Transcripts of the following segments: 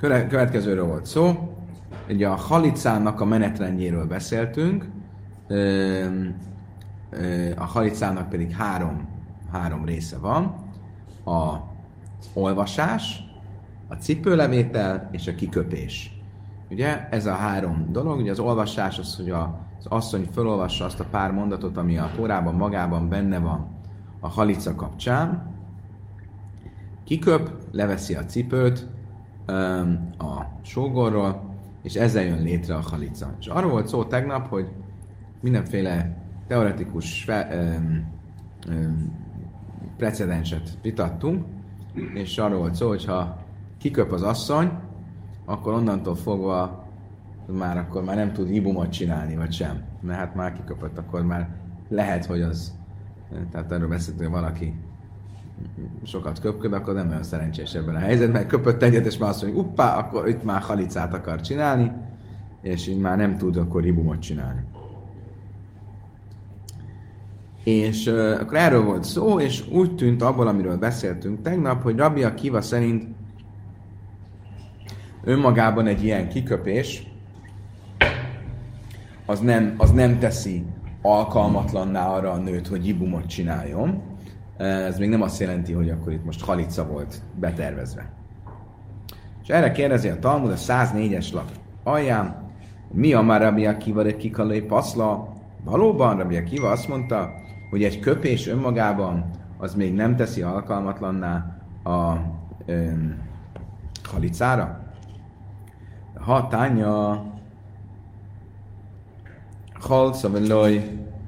Következőről volt szó. Ugye a halicának a menetrendjéről beszéltünk. A halicának pedig három része van. Az olvasás, a cipőlevétel és a kiköpés. Ugye ez a három dolog. Ugye az olvasás az, hogy az asszony felolvassa azt a pár mondatot, ami a Tórában magában benne van a halica kapcsán. Kiköp, leveszi a cipőt a sógorról, és ezzel jön létre a halica. És arról volt szó tegnap, hogy mindenféle teoretikus precedenset vitattunk, és arról volt szó, hogy ha kiköp az asszony, akkor onnantól fogva akkor már nem tud hibumot csinálni, vagy sem. Mert hát már kiköpött, akkor már lehet, hogy az, tehát erről beszéltünk, hogy valaki sokat köpköd, akkor nem olyan szerencsés ebben a helyzetben, mert köpött egyet, és már azt mondja, uppá, akkor itt már halicát akar csinálni, és így már nem tud akkor hibumot csinálni. És akkor erről volt szó, és úgy tűnt abból, amiről beszéltünk tegnap, hogy Rabbi Akiva szerint önmagában egy ilyen kiköpés az nem teszi alkalmatlanná arra a nőt, hogy hibumot csináljon. Ez még nem azt jelenti, hogy akkor itt most halica volt betervezve. És erre kérdezi a Talmud a 104-es lap alján, mi a már Rabbi Akiva de kikalai paszla? Valóban Rabbi Akiva azt mondta, hogy egy köpés önmagában az még nem teszi alkalmatlanná a halicára. Ha tánya halca veloj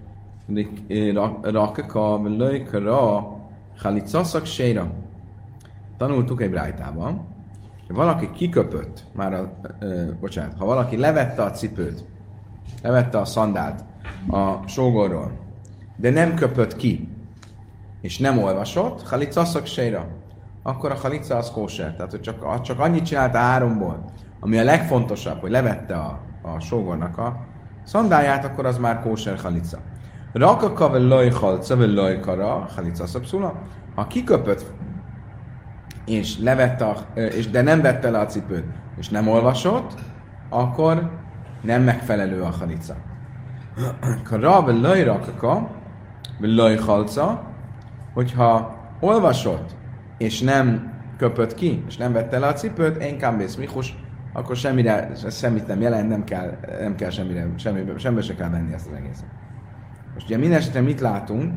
rakaka veloj kara halicaszak séra. Tanultuk egy brájtában, hogy valaki kiköpött már ha valaki levette a cipőt, levette a szandált a sógorról, de nem köpött ki, és nem olvasott, halicaszak séra, akkor a halica az kóser. Tehát, hogy csak annyit csinálta háromból, ami a legfontosabb, hogy levette a sógornak a szandáját, akkor az már kóser halica. Rakaka vellaj halca vellaj kara, halica szapszula. Ha kiköpött, és de nem vette le a cipőt, és nem olvasott, akkor nem megfelelő a halica. Kara vellaj rakaka, vellaj halca, hogyha olvasott, és nem köpött ki, és nem vette le a cipőt, én kámbész michus, akkor semmit nem jelent, nem kell semmibe se kell venni ezt az egészet. Most ugye minden esetre mit látunk,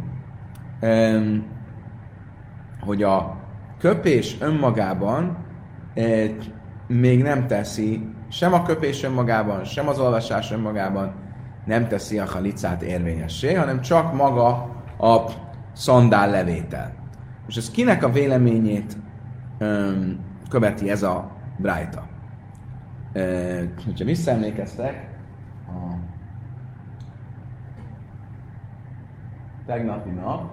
hogy a köpés önmagában még nem teszi, sem a köpés önmagában, sem az olvasás önmagában nem teszi a halicát érvényessé, hanem csak maga a szandál levétel. És ez kinek a véleményét követi ez a brájta? Hogyha visszaemlékeztek, a tegnapi nap,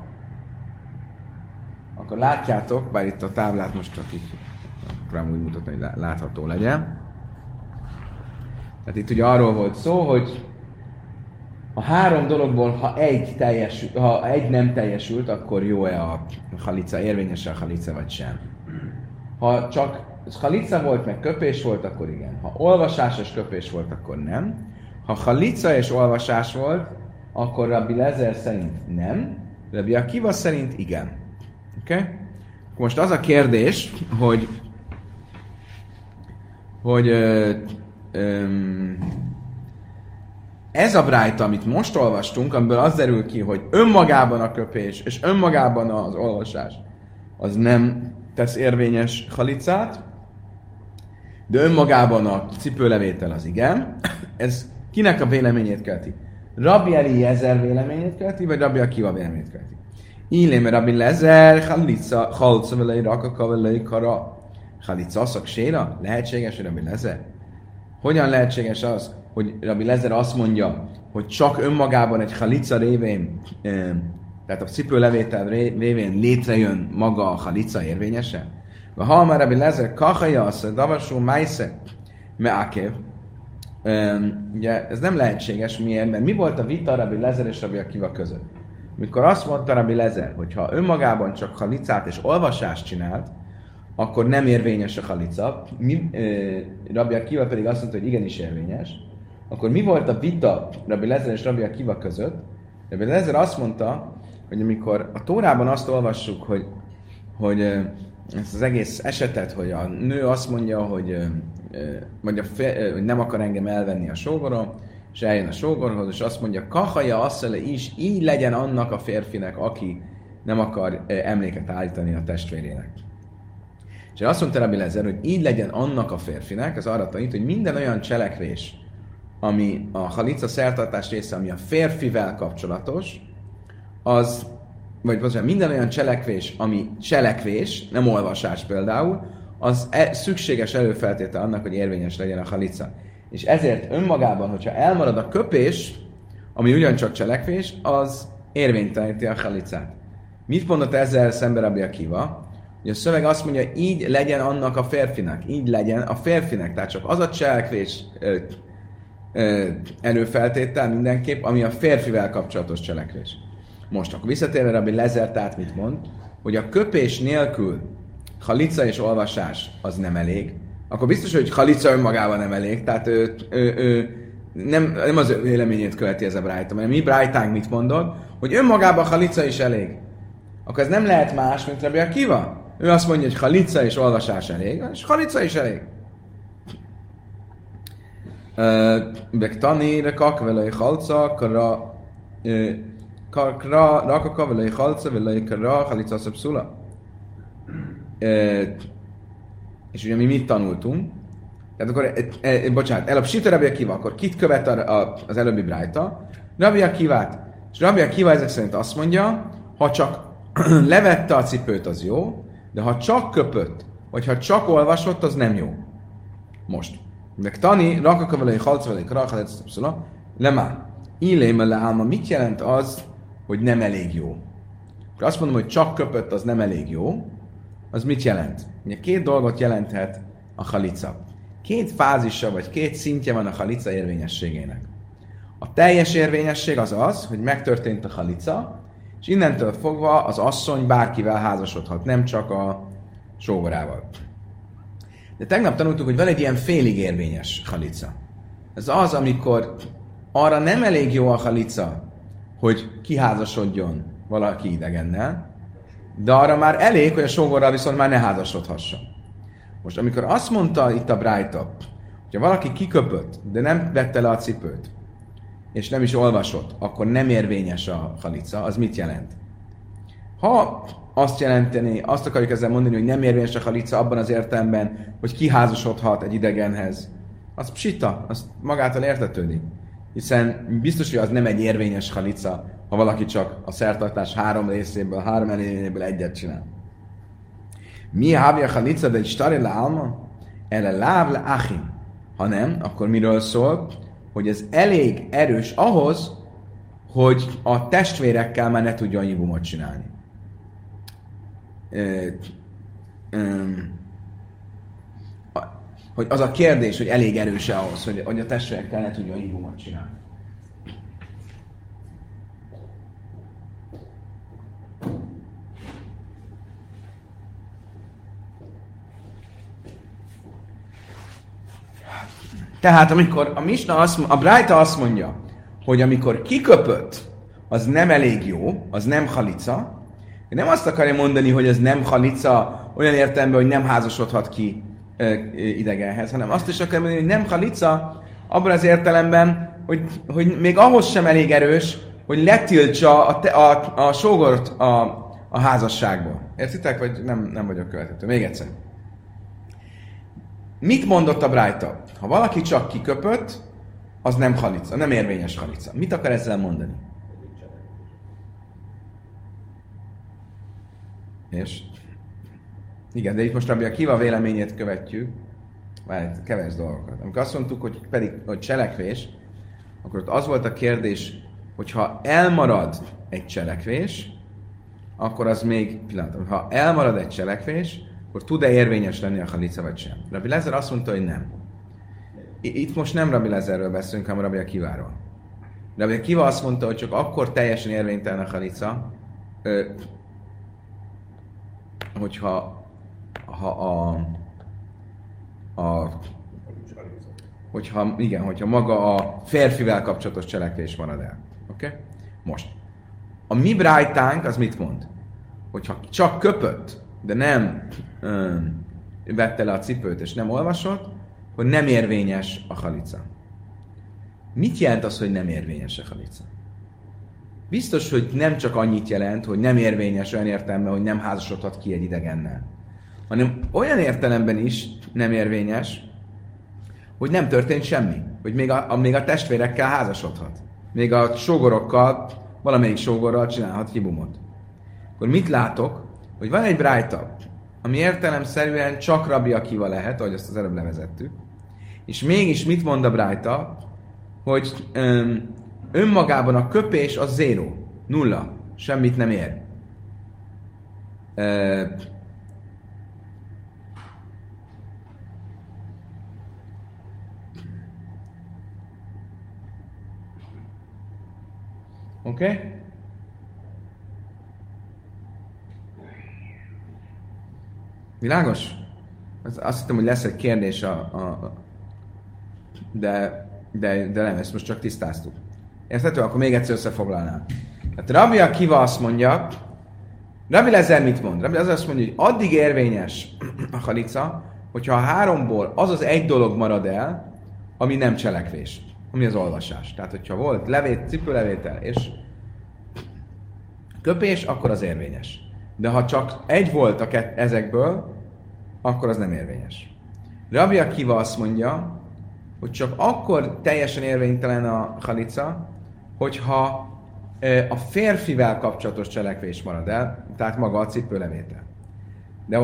akkor látjátok, bár itt a táblát most csak így próbálom úgy mutatni, hogy látható legyen. Tehát itt ugye arról volt szó, hogy a három dologból, ha egy nem teljesült, akkor jó-e a halica, érvényes a halica vagy sem. Ha csak halica volt, meg köpés volt, akkor igen. Ha olvasás és köpés volt, akkor nem. Ha halica és olvasás volt, akkor Rabbi Lezer szerint nem, Rabbi Akiva szerint igen. Oké? Okay? Most az a kérdés, hogy ez a brájta, amit most olvastunk, amiből az derül ki, hogy önmagában a köpés és önmagában az olvasás az nem tesz érvényes halicát, de önmagában a cipőlevétel az igen. Ez kinek a véleményét kelti? Rabbi Eliezer véleményét kelti, vagy Rabbi Akiva véleményét kelti? Illém Rabbi Lezer, halica, halca velei rakaka velei kara, halica szakséra? Lehetséges, Rabbi Lezer? Hogyan lehetséges az, hogy Rabbi Lezer azt mondja, hogy csak önmagában egy halica révén, tehát a cipőlevétel révén létrejön maga a halica érvényese? Ha már Rabbi Lezer kachaja, azt davasú májsze meákev. Ugye ez nem lehetséges, miért? Mert mi volt a vita Rabbi Lezer és Rabbi Akiva között? Mikor azt mondta Rabbi Lezer, hogy ha önmagában csak halicát és olvasást csinált, akkor nem érvényes a halica. Rabbi Akiva pedig azt mondta, hogy igenis érvényes. Akkor mi volt a vita Rabbi Lezer és Rabbi Akiva között? Rabbi Lezer azt mondta, hogy amikor a Tórában azt olvassuk, hogy ezt az egész esetet, hogy a nő azt mondja, hogy nem akar engem elvenni a sógorom, és eljön a sógorhoz, és azt mondja, kahaja asszele is, így legyen annak a férfinek, aki nem akar emléket állítani a testvérének. És azt mondta Rabbi Lezer, hogy így legyen annak a férfinek, az arra tanít, hogy minden olyan cselekvés, ami a halica szertartás része, ami a férfivel kapcsolatos, az, vagy bocsánat, minden olyan cselekvés, ami cselekvés, nem olvasás például, az szükséges előfeltétel annak, hogy érvényes legyen a halica. És ezért önmagában, hogyha elmarad a köpés, ami ugyancsak cselekvés, az érvényteleníti a halicát. Mit mondott ezzel szembe Rabbi Akiva? Hogy a szöveg azt mondja, így legyen annak a férfinek, így legyen a férfinek. Tehát csak az a cselekvés előfeltétel mindenképp, ami a férfivel kapcsolatos cselekvés. Most akkor visszatérve Rabbi Lezer, tehát mit mond? Hogy a köpés nélkül halica és olvasás az nem elég, akkor biztos, hogy halica önmagában nem elég, tehát nem az ő véleményét követi ez a brájta, mert mi brájtánk mit mondod, hogy önmagában halica is elég. Akkor ez nem lehet más, mint Rabbi Akiva. Ő azt mondja, hogy halica és olvasás elég, és halica is elég. Bektani, rekak, velej halca, rakaka, velej halca, velej kara, halica szabszula. És ugye mi mit tanultunk? Tehát akkor, bocsánat, előbb Sita Rabbi Akiva, akkor kit követ az előbbi brájta? Rabbi Akivát. És Rabbi Akiva ezek szerint azt mondja, ha csak levette a cipőt, az jó, de ha csak köpött, vagy ha csak olvasott, az nem jó. Most. Meg tani, rakaka velei halca velei karachalec, lemá. Illéme leálma, mit jelent az, hogy nem elég jó? Akkor azt mondom, hogy csak köpött, az nem elég jó. Az mit jelent? Ugye két dolgot jelenthet a halica. Két fázisa, vagy két szintje van a halica érvényességének. A teljes érvényesség az az, hogy megtörtént a halica, és innentől fogva az asszony bárkivel házasodhat, nem csak a sógorával. De tegnap tanultuk, hogy van egy ilyen félig érvényes halica. Ez az, amikor arra nem elég jó a halica, hogy kiházasodjon valaki idegennel, de arra már elég, hogy a sógorral viszont már ne házasodhasson. Most amikor azt mondta itt a brájta, hogyha valaki kiköpött, de nem vette le a cipőt, és nem is olvasott, akkor nem érvényes a halica, az mit jelent? Ha azt jelenteni, azt akarjuk ezzel mondani, hogy nem érvényes a halica abban az értelemben, hogy kiházasodhat egy idegenhez, az psita, az magától értetődik. Hiszen biztos, hogy az nem egy érvényes halica, ha valaki csak a szertartás három részéből, három elényéből egyet csinál. Mi hávja halica, de is le álma? Ele láv le achim. Ha nem, akkor miről szól? Hogy ez elég erős ahhoz, hogy a testvérekkel már ne tudjon jibumot csinálni. Hogy az a kérdés, hogy elég erős-e ahhoz, hogy a testvérekkel ne tudjon jibumot csinálni. Tehát amikor a Misna a Brájta azt mondja, hogy amikor kiköpött, az nem elég jó, az nem halica, nem azt akarja mondani, hogy ez nem halica olyan értelemben, hogy nem házasodhat ki idegenhez, hanem azt is akarja mondani, hogy nem halica abban az értelemben, hogy még ahhoz sem elég erős, hogy letiltsa a sógort a házasságból. Értitek? Vagy nem vagyok követhető? Még egyszer. Mit mondott a Brájta? Ha valaki csak kiköpött, az nem halica, nem érvényes halica. Mit akar ezzel mondani? És? Igen, de itt most Rabbi Akiva véleményét követjük. Várj, kevers dolgokat. Amikor azt mondtuk, hogy cselekvés, akkor ott az volt a kérdés, hogyha elmarad egy cselekvés, akkor az még, pillanat, ha elmarad egy cselekvés, akkor tud-e érvényes lenni a halica vagy sem? Rabbi Lezer azt mondta, hogy nem. Itt most nem Rabbi Lezerről beszélünk, hanem Rabbi Akiváról. Rabbi Akiva azt mondta, hogy csak akkor teljesen érvénytelen a halica, hogyha ha hogyha maga a férfivel kapcsolatos cselekvés marad el. Oké? Okay? Most. A mi brájtánk az mit mond? Hogyha csak köpött, de nem vette le a cipőt és nem olvasott, akkor nem érvényes a halica. Mit jelent az, hogy nem érvényes a halica? Biztos, hogy nem csak annyit jelent, hogy nem érvényes olyan értelemben, hogy nem házasodhat ki egy idegennel, hanem olyan értelemben is nem érvényes, hogy nem történt semmi. Hogy még a testvérekkel házasodhat. Még a sógorokkal, valamelyik sógorral csinálhat hibumot. Akkor mit látok? Hogy van egy brájta, ami értelemszerűen csak Rabbi Akiva lehet, ahogy azt az előbb levezettük, és mégis mit mond a brájta? Hogy önmagában a köpés az 0, 0, semmit nem ér. Oké? Okay? Világos? Azt hittem, hogy lesz egy kérdés, de nem, ezt most csak tisztáztuk. Érthető? Akkor még egyszer összefoglalnám. Hát Rabbi Akiva azt mondja, Rabbi Lezer mit mond? Rabbi Lezer azt mondja, hogy addig érvényes a halica, hogyha a háromból az az egy dolog marad el, ami nem cselekvés, ami az olvasás. Tehát, hogyha volt cipőlevétel és köpés, akkor az érvényes. De ha csak egy volt ezekből, akkor az nem érvényes. Rabbi Akiva azt mondja, hogy csak akkor teljesen érvénytelen a halica, hogyha a férfivel kapcsolatos cselekvés marad el, tehát maga a cipőlevétel. De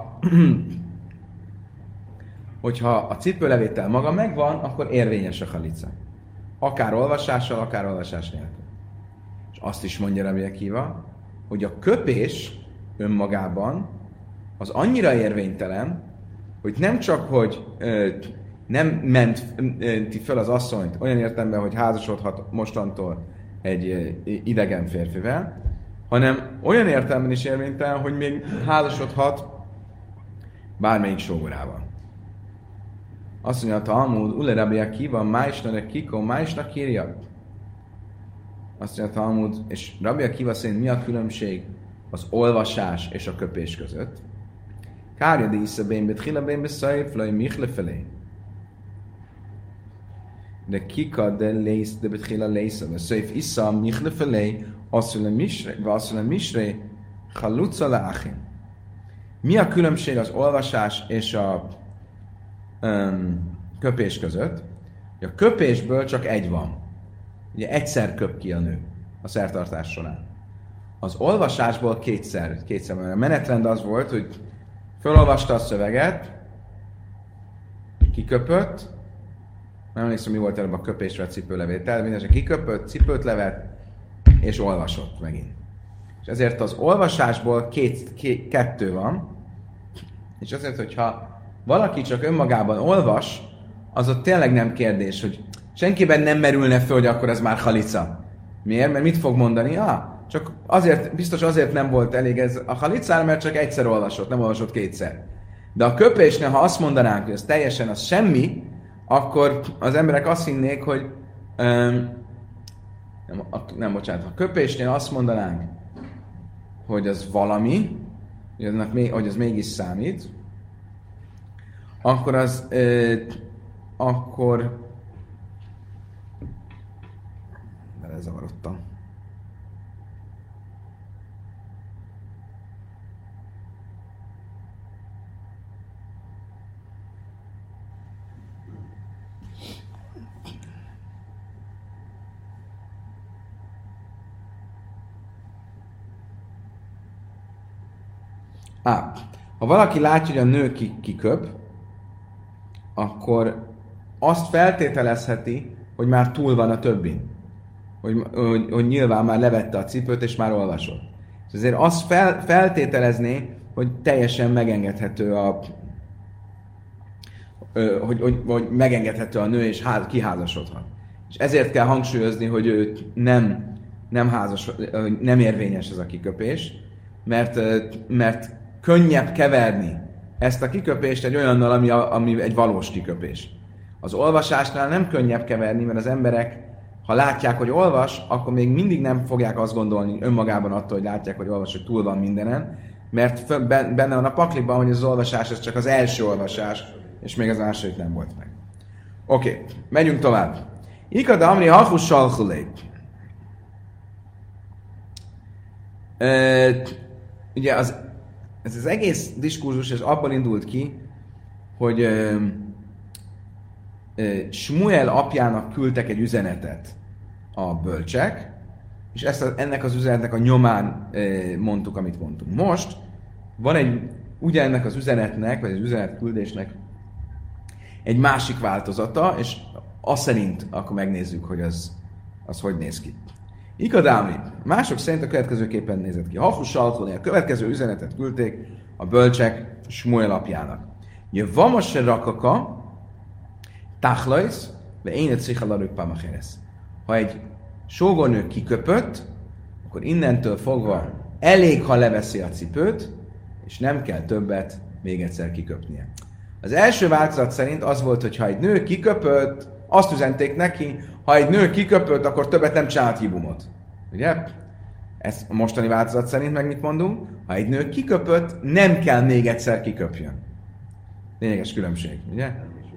hogyha a cipőlevétel maga megvan, akkor érvényes a halica. Akár olvasással, akár olvasás nélkül. És azt is mondja Rabbi Akiva, hogy a köpés önmagában az annyira érvénytelen, hogy nem csak, hogy nem menti föl az asszonyt olyan értelemben, hogy házasodhat mostantól egy idegen férfivel, hanem olyan értelemben is érvénytelen, hogy még házasodhat bármelyik sógorával. Azt mondja, a Talmud, Ule Rabbi Akiva, májsnak kiko, májsnak írja. Azt mondja a Talmud, és Rabbi Akiva szerint mi a különbség az olvasás és a köpés között? Kárja de isza bén betchila bén beszajf, laj michle felé. De kika de lész, de betchila lésza, de szajf isza michle felé, asszul misré, haluca leáchin. Mi a különbség az olvasás és a köpés között? A köpésből csak egy van. Ugye egyszer köp ki a nő a szertartás során. Az olvasásból kétszer van. A menetrend az volt, hogy felolvasta a szöveget, kiköpött, nem emlékszem, mi volt előbb a köpésre a cipőlevétel, mindenesetre kiköpött, cipőt levett, és olvasott megint. És ezért az olvasásból kettő van, és azért, hogyha valaki csak önmagában olvas, az ott tényleg nem kérdés, hogy senkiben nem merülne föl, hogy akkor ez már halica. Miért? Mert mit fog mondani? Csak biztos azért nem volt elég ez a halicára, mert csak egyszer olvasott, nem olvasott kétszer. De a köpésnél, ha azt mondanánk, hogy ez teljesen az semmi, akkor az emberek azt hinnék, hogy bocsánat, a köpésnél azt mondanánk, hogy az valami, hogy az mégis számít, akkor belezavarodtam. Ha valaki látja, hogy a nő kiköp, akkor azt feltételezheti, hogy már túl van a többin. Hogy nyilván már levette a cipőt, és már olvasott. És ezért azt feltételezné, hogy teljesen megengedhető hogy megengedhető a nő, és kiházasodhat. És ezért kell hangsúlyozni, hogy ő nem érvényes ez a kiköpés, mert könnyebb keverni ezt a kiköpést egy olyannal, ami egy valós kiköpés. Az olvasásnál nem könnyebb keverni, mert az emberek, ha látják, hogy olvas, akkor még mindig nem fogják azt gondolni önmagában attól, hogy látják, hogy olvas, hogy túl van mindenen, mert benne van a pakliban, hogy az olvasás ez csak az első olvasás, és még az második nem volt meg. Oké, megyünk tovább. Ikada amri hachus salchulé. Ugye ez az egész diskurzus ez abban indult ki, hogy Smuel apjának küldtek egy üzenetet a bölcsek, és ennek az üzenetnek a nyomán mondtuk, amit mondtunk. Most van ugye ennek az üzenetnek, vagy az üzenetküldésnek egy másik változata, és azt szerint akkor megnézzük, hogy az hogy néz ki. Ikadámi, mások szerint a következőképpen nézett ki. Hachus salchulé, a következő üzenetet küldték a bölcsek Smuel apjának. Vamase rakaka, Tachlajsz, de én egy szichalarők pamacheres. Ha egy sógornő kiköpött, akkor innentől fogva elég, ha leveszi a cipőt, és nem kell többet még egyszer kiköpnie. Az első változat szerint az volt, hogy ha egy nő kiköpött, azt üzenték neki, ha egy nő kiköpött, akkor többet nem csinált hibumot. Ugye? Ez a mostani változat szerint meg mit mondunk? Ha egy nő kiköpött, nem kell még egyszer kiköpjön. Lényeges különbség, ugye?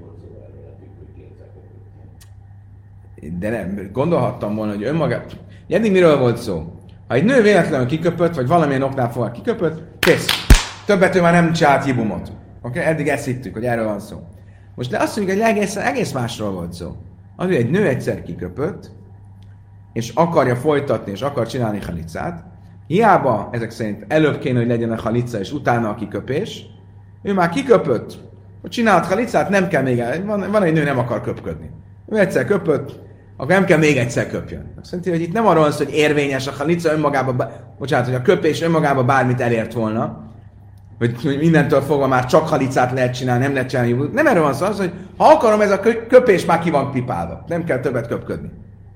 De nem, gondolhattam volna, hogy önmagát... Eddig miről volt szó? Ha egy nő véletlenül kiköpött, vagy valamilyen oknál fogva kiköpött, kész. Többet ő már nem csinált hibumot. Okay? Eddig ezt hittük, hogy erről van szó. Most de azt mondjuk, hogy egész másról volt szó. Az, hogy egy nő egyszer kiköpött, és akarja folytatni, és akar csinálni halicát, hiába ezek szerint előbb kéne, hogy legyen a halica, és utána a kiköpés, ő már kiköpött, hogy csinált halicát, nem kell még van egy nő, nem akar köpködni. Ő egyszer köpött, akkor nem kell még egyszer köpjön. Szerintem, hogy itt nem arról van szó, hogy érvényes a halica önmagában, hogy a köpés önmagában bármit elért volna, hogy mindentől fogva már csak halicát lehet csinálni, nem lehet csinálni. Nem erről van szó, az, hogy ha akarom, ez a köpés már ki van pipálva. Nem kell többet köpködni.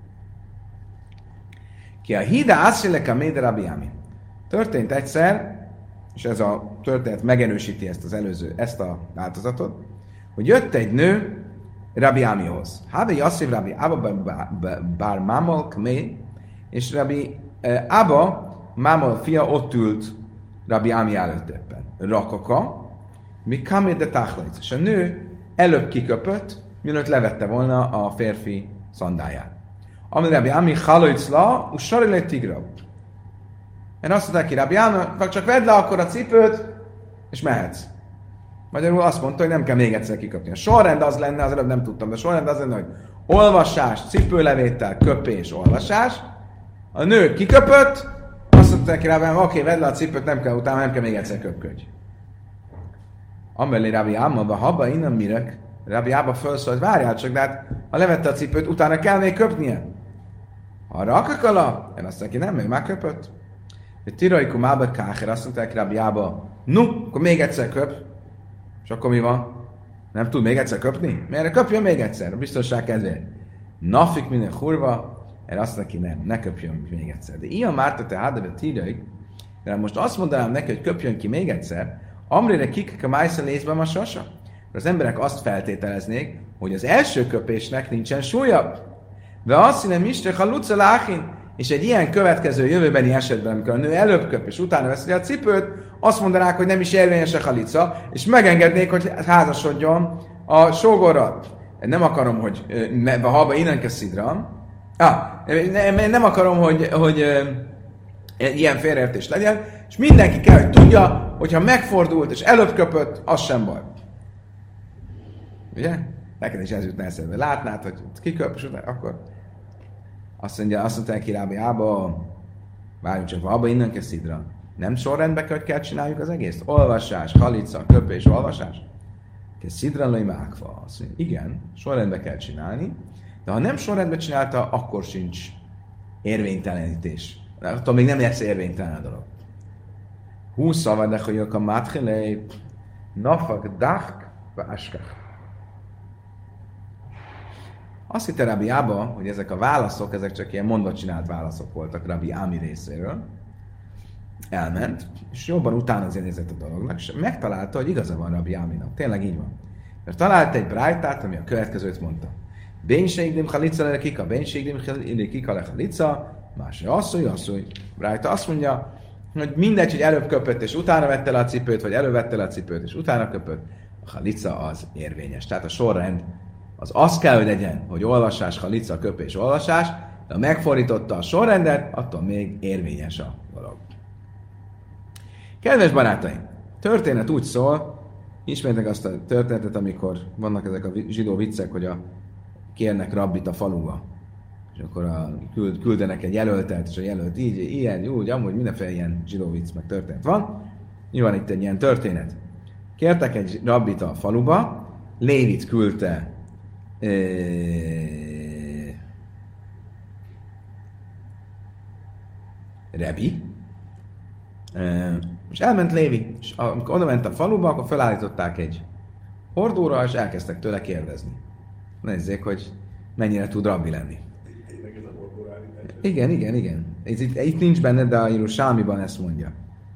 Ki a hída ászilek a méde Rabbi Ami. Történt egyszer, és ez a történet megerősíti ezt a változatot, hogy jött egy nő Rabbi Amihoz. Hábe Yassziv Rabbi Abba bár Mámol Kmé, és Rabbi Abba, Mámol fia ott ült Rabbi Ami előtt éppen. Rakaka, mi kamé de tachlajc. És a nő előbb kiköpött, mielőtt levette volna a férfi szandáját. Ami Rabbi Ami halajcla, és sarilé tigra. Én azt mondták ki Rabbi Ami, csak vedd le akkor a cipőt, és mehetsz. Magyarul azt mondta, hogy nem kell még egyszer kiköpni. A sorrend az lenne, az előbb nem tudtam, de a sorrend az lenne, hogy olvasás, cipőlevétel, köpés, olvasás. A nő kiköpött, azt mondta neki Rabbi Ami, oké, vedd le a cipőt, utána nem kell még egyszer köpködj. Amelé Rabbi Amma, habba innen mirek, Rabbi Abba felszólt, várjál csak, de hát ha levette a cipőt, utána kell még köpnie. Ha rakakala, én azt mondta, nem, még már köpött. De tiraikum Abba káher, azt mondta Rabbi Abba, akkor még egyszer köp. És akkor mi van? Nem tud még egyszer köpni? Miért köpjön még egyszer? A biztonság kedvéért. Nafik minden hurva, erre azt neki ne köpjön még egyszer. De ilyen Márta te hádebe tíraik, de most azt mondanám neki, hogy köpjön ki még egyszer, amrére kikik a májsza lézben a sasa. Az emberek azt feltételeznék, hogy az első köpésnek nincsen súlya. De azt hiszem, Miste, ha Luca Láhin, és egy ilyen következő jövőbeni esetben, amikor a nő előbb köp, és utána veszi a cipőt, azt mondanák, hogy nem is érvényes a halica, és megengednék, hogy házasodjon a sógorral. Nem akarom, hogy halba innen szidra. Nem akarom, hogy ilyen félreértés legyen, és mindenki kell, hogy tudja, hogyha megfordult és előbb köpött, az sem baj. Ugye? Neked is ez jutna eszedbe. Látnád, hogy kiköp, és utána, akkor azt mondta neki Rabbi Abba, várjunk csak, abba innen kell szidra. Nem sorrendbe kell csináljuk az egész? Olvasás, halica, köpés, olvasás. Kell szidra löjmákva. Azt mondja, igen, sorrendbe kell csinálni, de ha nem sorrendbe csinálta, akkor sincs érvénytelenítés. Attól még nem lesz érvénytelen a dolog. 20 szavadek, hogy a máthelej, nafak, dachk, váskach. Azt hitte Rabbi Abba, hogy ezek a válaszok, ezek csak ilyen mondva csinált válaszok voltak Rabbi Ami részéről. elment, és jobban utána nézett a dolognak, és megtalálta, hogy igaza van Rabbi Jáminak. Tényleg így van. Mert talált egy brájtát, ami a következőt mondta. Bénségdim halica le kika, bénségdim kika le halica, másra asszony. Brájta azt mondja, hogy mindegy, hogy előbb köpött, és utána vette le a cipőt, vagy előbb vette le a cipőt, és utána köpött, a halica az érvényes. Tehát a sorrend az kell, hogy legyen, hogy olvasás, halica, köpés, olvasás, de ha megfordította a sorrendet, attól még érvényes a dolog. Kedves barátaim, történet úgy szól, ismertek azt a történetet, amikor vannak ezek a zsidó viccek, hogy kérnek rabbit a faluba. És akkor küldenek egy jelöltet, és a jelölt így, ilyen, úgy, amúgy mindenféle ilyen zsidó vicc meg történet van. Van itt egy ilyen történet. Kértek egy rabbit a faluba, Lévit küldte Rebi, és elment Lévi, és amikor oda ment a faluba, akkor felállították egy hordóra, és elkezdtek tőle kérdezni. Nézzék, hogy mennyire tud rabbi lenni. Igen. Itt nincs benne, de a Jerusálmiban ezt mondja.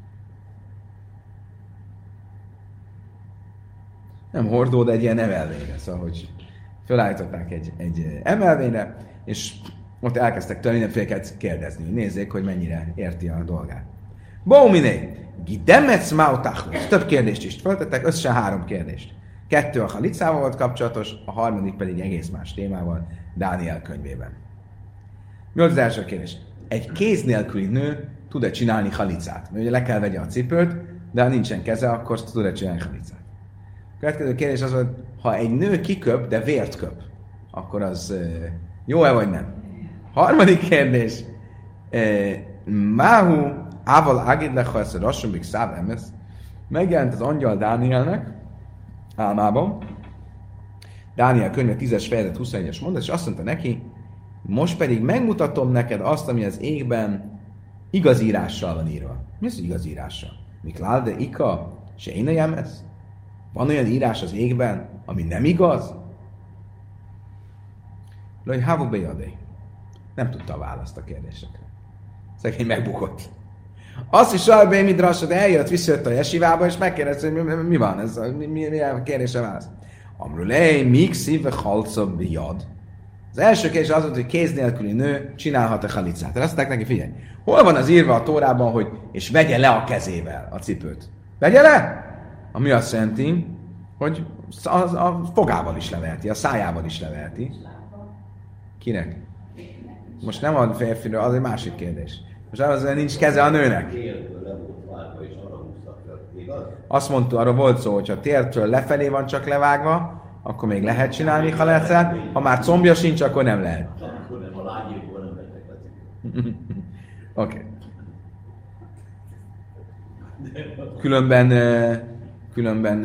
Nem hordó, de egy ilyen emelvényre. Szóval, hogy felállították egy emelvényre, és ott elkezdtek tőle mindenféleket kérdezni. Nézzék, hogy mennyire érti a dolgát. Bóminé! Gidemetsz mautachus. Több kérdést is föltettek, összesen 3 kérdést. 2 a halicával volt kapcsolatos, a 3. pedig egész más témával, Dániel könyvében. Mi volt az első kérdés? Egy kéz nélküli nő tud-e csinálni halicát? Mert ugye le kell vegye a cipőt, de ha nincsen keze, akkor tud-e csinálni halicát? A következő kérdés az, hogy ha egy nő kiköp, de vért köp, akkor az jó-e vagy nem? 3. kérdés. Máhu ával ágid lecha ezt a rassumik száv emesz. Megjelent az angyal Dánielnek álmában. Dániel könyve 10-es fejezet 21-es mondat, és azt mondta neki, most pedig megmutatom neked azt, ami az égben igazírással van írva. Mi az igazírással? Miklál de ika, se én ez? Van olyan írás az égben, ami nem igaz? Lőj, hávuk bejadé. Nem tudta a választ a kérdésekre. Szegény megbukott. Azt is sajbé midrasa, de eljött, visszajött a jesivába, és megkérdezte, hogy mi van, mi a kérdésre válasz. Amrulej, míg szíve halca bejad. Az első kérdés az volt, hogy kéz nélküli nő csinálhat-e halicát. Azt mondták neki, figyelj, hol van az írva a Tórában, hogy és vegye le a kezével a cipőt? Vegye le? Ami azt jelenti, hogy a fogával is leveheti, a szájával is leveheti. Kinek? Most nem a férfiről, az egy másik kérdés. Most az, hogy nincs keze a nőnek. Azt mondta, arra volt szó, hogy ha tértől lefelé van csak levágva, akkor még lehet csinálni halicát, ha már combja sincs, akkor nem lehet. Oké. Különben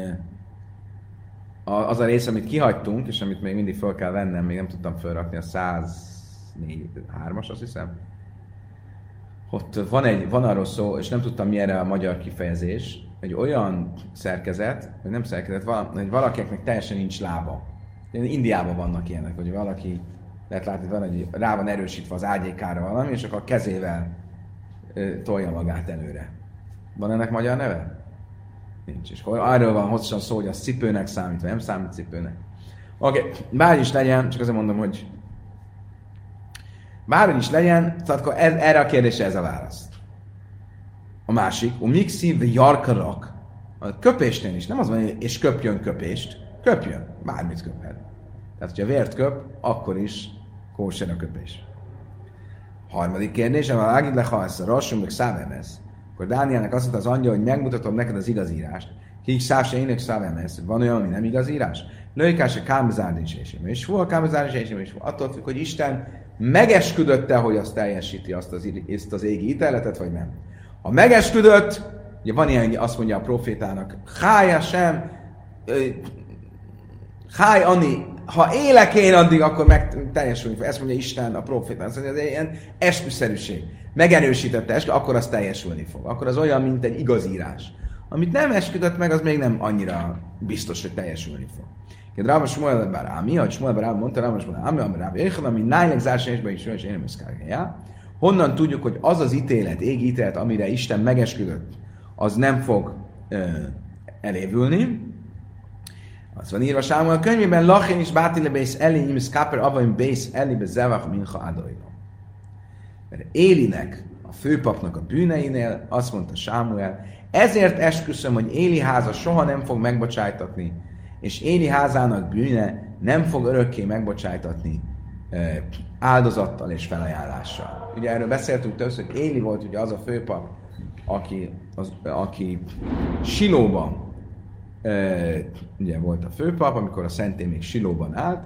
az a rész, amit kihagytunk, és amit még mindig fel kell vennem, még nem tudtam felrakni, a 104.3-as, azt hiszem. Ott van arról szó, és nem tudtam mi erre a magyar kifejezés, egy olyan szerkezet, vagy nem szerkezet, hogy valakinek teljesen nincs lába. Indiában vannak ilyenek, hogy valaki lehet látni, hogy rá van erősítve az ágyékára valami, és akkor a kezével tolja magát előre. Van ennek magyar neve? Nincs. És arról van hosszasan szó, hogy a cipőnek számít, vagy nem számít cipőnek. Oké, bárhogy is legyen, csak azért mondom, hogy bárhogy is legyen, tehát akkor erre a kérdésre ez a válasz. A másik, a mixi jarkarak, a köpésnél is, nem az van, és köpjön köpést, köpjön, bármit köphet. Tehát, hogyha vért köp, akkor is kóser a köpés. Harmadik kérdés, ha vágid le, ha ezt a rassum, meg szávemesz, akkor Dánielnek azt mondta az angyal, hogy megmutatom neked az igazírást. Kik szávse ének szávemesz, van olyan, ami nem igazírás? Lőjkás a kámbezárdésésében. És hol a kámbezárdésésében is? Attól függ, hogy Isten megesküdötte, hogy azt teljesíti azt az égi ítéletet, vagy nem. Ha megesküdött, ugye van ilyen, azt mondja a profétának, Hája sem, Háj Ani, ha élek én addig, akkor teljesülni fog. Ezt mondja Isten a profétának. Azt mondja, ez egy ilyen esküszerűség. Megerősítette akkor az teljesülni fog. Akkor az olyan, mint egy igazírás. Amit nem esküdött meg, az még nem annyira biztos, hogy teljesülni fog. Rába Smuel Barámi, ahogy Smuel Barámi mondta, Rába Smuel Barámi, ami nájleg zárásásban is olyan, és én nem összkárgálja, Honnan tudjuk, hogy az az ítélet, égi ítélet, amire Isten megesküdött, az nem fog elévülni. Az van írva Sámuel könyvében, Lachin is bátile bész Eli, nyimis káper avaim bész Eli bezevach mincha adojno. Mert Élinek, a főpapnak a bűneinél azt mondta Sámuel, ezért esküszöm, hogy Éli háza soha nem fog megbocsájtatni, és Éli házának bűne nem fog örökké megbocsájtatni áldozattal és felajánlással. Ugye erről beszéltünk többször, hogy Éli volt ugye az a főpap, aki Silóban ugye volt a főpap, amikor a szentély még Silóban állt,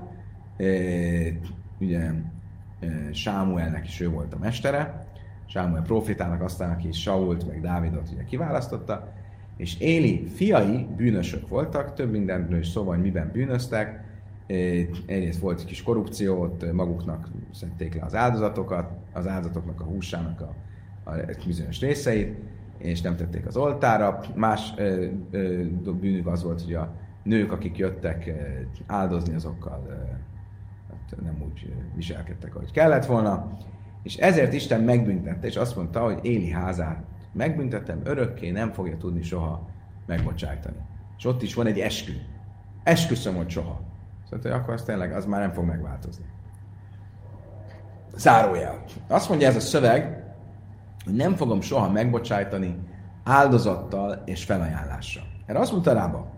ugye Sámuelnek is ő volt a mestere, Sámuel profétának aztán, aki Sault meg Dávidot ugye kiválasztotta, és Éli fiai bűnösök voltak, több mindenről is szóval, hogy miben bűnöztek. Egyrészt volt egy kis korrupció, ott maguknak szedték le az áldozatokat, az áldozatoknak a húsának a bizonyos részeit, és nem tették az oltára. Más bűnük az volt, hogy a nők, akik jöttek áldozni, azokkal nem úgy viselkedtek, ahogy kellett volna. És ezért Isten megbüntette, és azt mondta, hogy Éli házát megbüntettem, örökké nem fogja tudni soha megbocsájtani. És ott is van egy eskü. Esküszöm, hogy soha. Szóval, hogy akkor az tényleg, az már nem fog megváltozni. Zárójel. Azt mondja ez a szöveg, hogy nem fogom soha megbocsájtani áldozattal és felajánlással. Erre azt mondta Rába.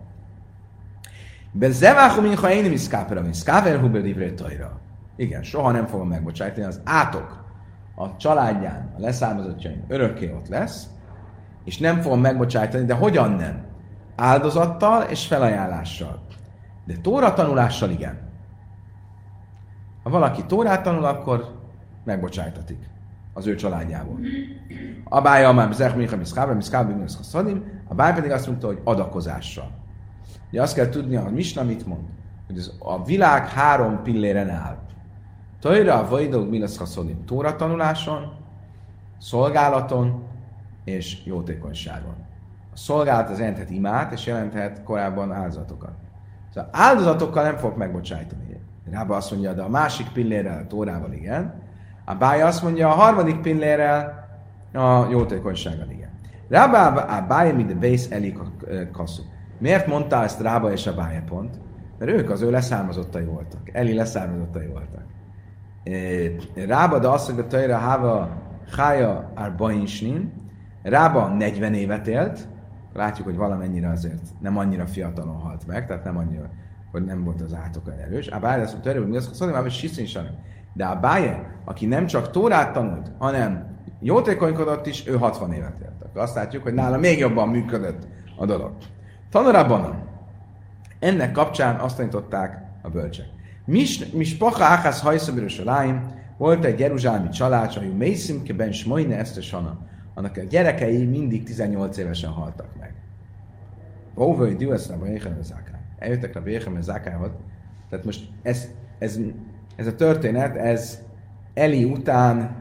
Igen, soha nem fogom megbocsájtani, az átok a családján, a leszármazottjain örökké ott lesz, és nem fogom megbocsájtani, de hogyan nem? Áldozattal és felajánlással. De Tóra tanulással igen. Ha valaki Tórát tanul, akkor megbocsájtatik az ő családjából. Abája már a báj pedig azt mondta, hogy adakozással. Ugye azt kell tudni, hogy Misna mit mond, hogy a világ 3 pilléren áll. Tóra, vajdog, milaszkaszodim. Tóra tanuláson, szolgálaton és jótékonyságon. A szolgálat az jelenthet imát, és jelenthet korábban áldozatokat. Szóval áldozatokkal nem fog megbocsájtani. Rába azt mondja, de a másik pillérrel, a Tórával igen. A Bája azt mondja, a harmadik pillérrel, a jótékonysággal igen. Rába a Bája, mint a Bész Eli kasszú. Miért mondta ezt Rába és a Bája pont? Mert ők az ő leszármazottai voltak. Eli leszármazottai voltak. Rába, de azt mondja, hogy Tajra Háva Hája Arbainsnin. Rába 40 évet élt. Látjuk, hogy valamennyire azért nem annyira fiatalon halt meg, tehát nem annyira, hogy nem volt az átok olyan erős. A Bája azt mondta, hogy mi azt mondja, hogy Siszin Sanem. De a Bája, aki nem csak Tórát tanult, hanem jótékonykodott is, ő 60 évet élt. Akkor azt látjuk, hogy nála még jobban működött a dolog. Tanulában ennek kapcsán azt tanították a bölcsek. Mispacha Áhász Hajszabirös Aláim volt egy jeruzsálemi család, hogy Mészimke ben Smoine Esztesana. Annak a gyerekei mindig 18 évesen haltak meg. Óvői Diueszre Béhem Zákály. Eljöttek a Béhem Zákályhoz. Tehát most ez a történet, ez Eli után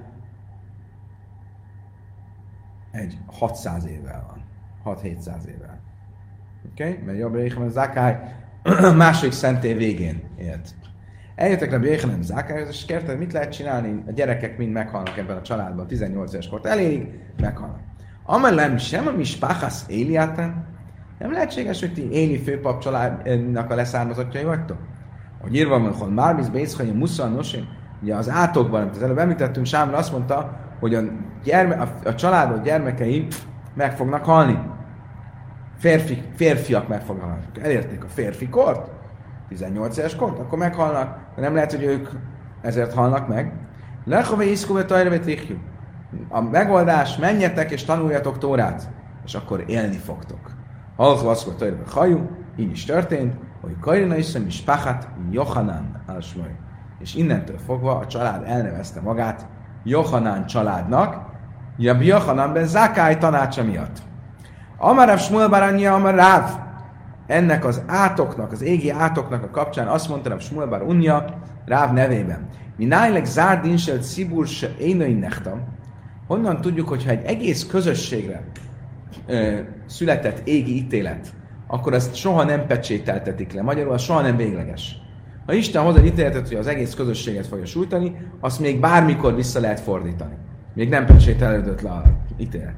egy 600 évvel van. 6-700 évvel. Oké? Mert jobb Béhem Zákály második szentély végén élt. Eljöttek a Béhem Zákályhoz, és kérdeztek, mit lehet csinálni? A gyerekek mind meghalnak ebben a családban, 18 éves kort elég, meghalnak. Amelem sem a mispáhász Éliátán, nem lehetséges, hogy ti Éli főpap családnak a leszármazottjai vagytok? Hogy írva van, hogy már biz bészhanyja muszan nosim, ugye az átokban, amit az előbb említettünk, Sámuel azt mondta, hogy a családban gyermekei meg fognak halni. Férfiak meg fognak halni. Elérték a férfi kort, 18 éves kort, akkor meghalnak, de nem lehet, hogy ők ezért halnak meg. Lechove iszkove tajrevet rikjú. A megoldás, menjetek és tanuljatok Tórát, és akkor élni fogtok. Halchva aszkove tajrevet hajú, így is történt, hogy Kajrina iszem is Pachat Johanán álsmai. És innentől fogva a család elnevezte magát Johanán családnak, Rabbi Johanán ben Zákály tanácsa miatt. Amarav Shmuel bar Anya Amar Ráv, ennek az átoknak, az égi átoknak a kapcsán azt mondta Rav Shmuel bar Anya Ráv nevében. Mi nájlek zárdin se cibur se énai nechtam. Honnan tudjuk, hogyha egy egész közösségre született égi ítélet, akkor ezt soha nem pecsételtetik le. Magyarul az soha nem végleges. Ha Isten hoz egy ítéletet, hogy az egész közösséget fogja sújtani, azt még bármikor vissza lehet fordítani. Még nem pecsételődött le a ítélet.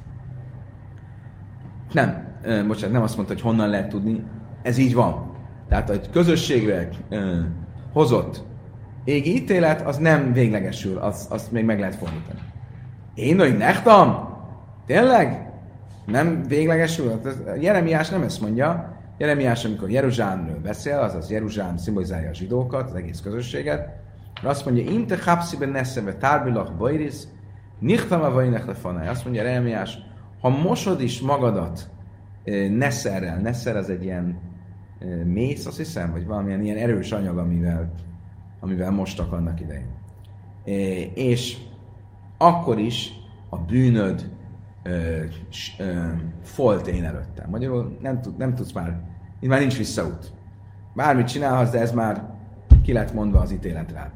Nem, bocsánat, nem azt mondta, hogy honnan lehet tudni. Ez így van. Tehát a közösségre hozott égi ítélet, az nem véglegesül, azt még meg lehet fordítani. Én, hogy nechtam? Tényleg? Nem véglegesül? Jeremiás nem ezt mondja. Jeremiás, amikor Jeruzsálemről beszél, azaz Jeruzsálem szimbolizálja a zsidókat, az egész közösséget, azt mondja, inte hapsziben neszeve tárbilach bajris, nichtam a vajnek lefanaj. Azt mondja Jeremiás, ha mosod is magadat nesszerrel, neszer az egy ilyen mész, azt hiszem, vagy valamilyen ilyen erős anyag, amivel mostak annak idején. És akkor is a bűnöd folt én előttem. Magyarul nem tudsz már, itt már nincs visszaút. Bármit csinálhatsz, de ez már ki lett mondva az ítélet rá.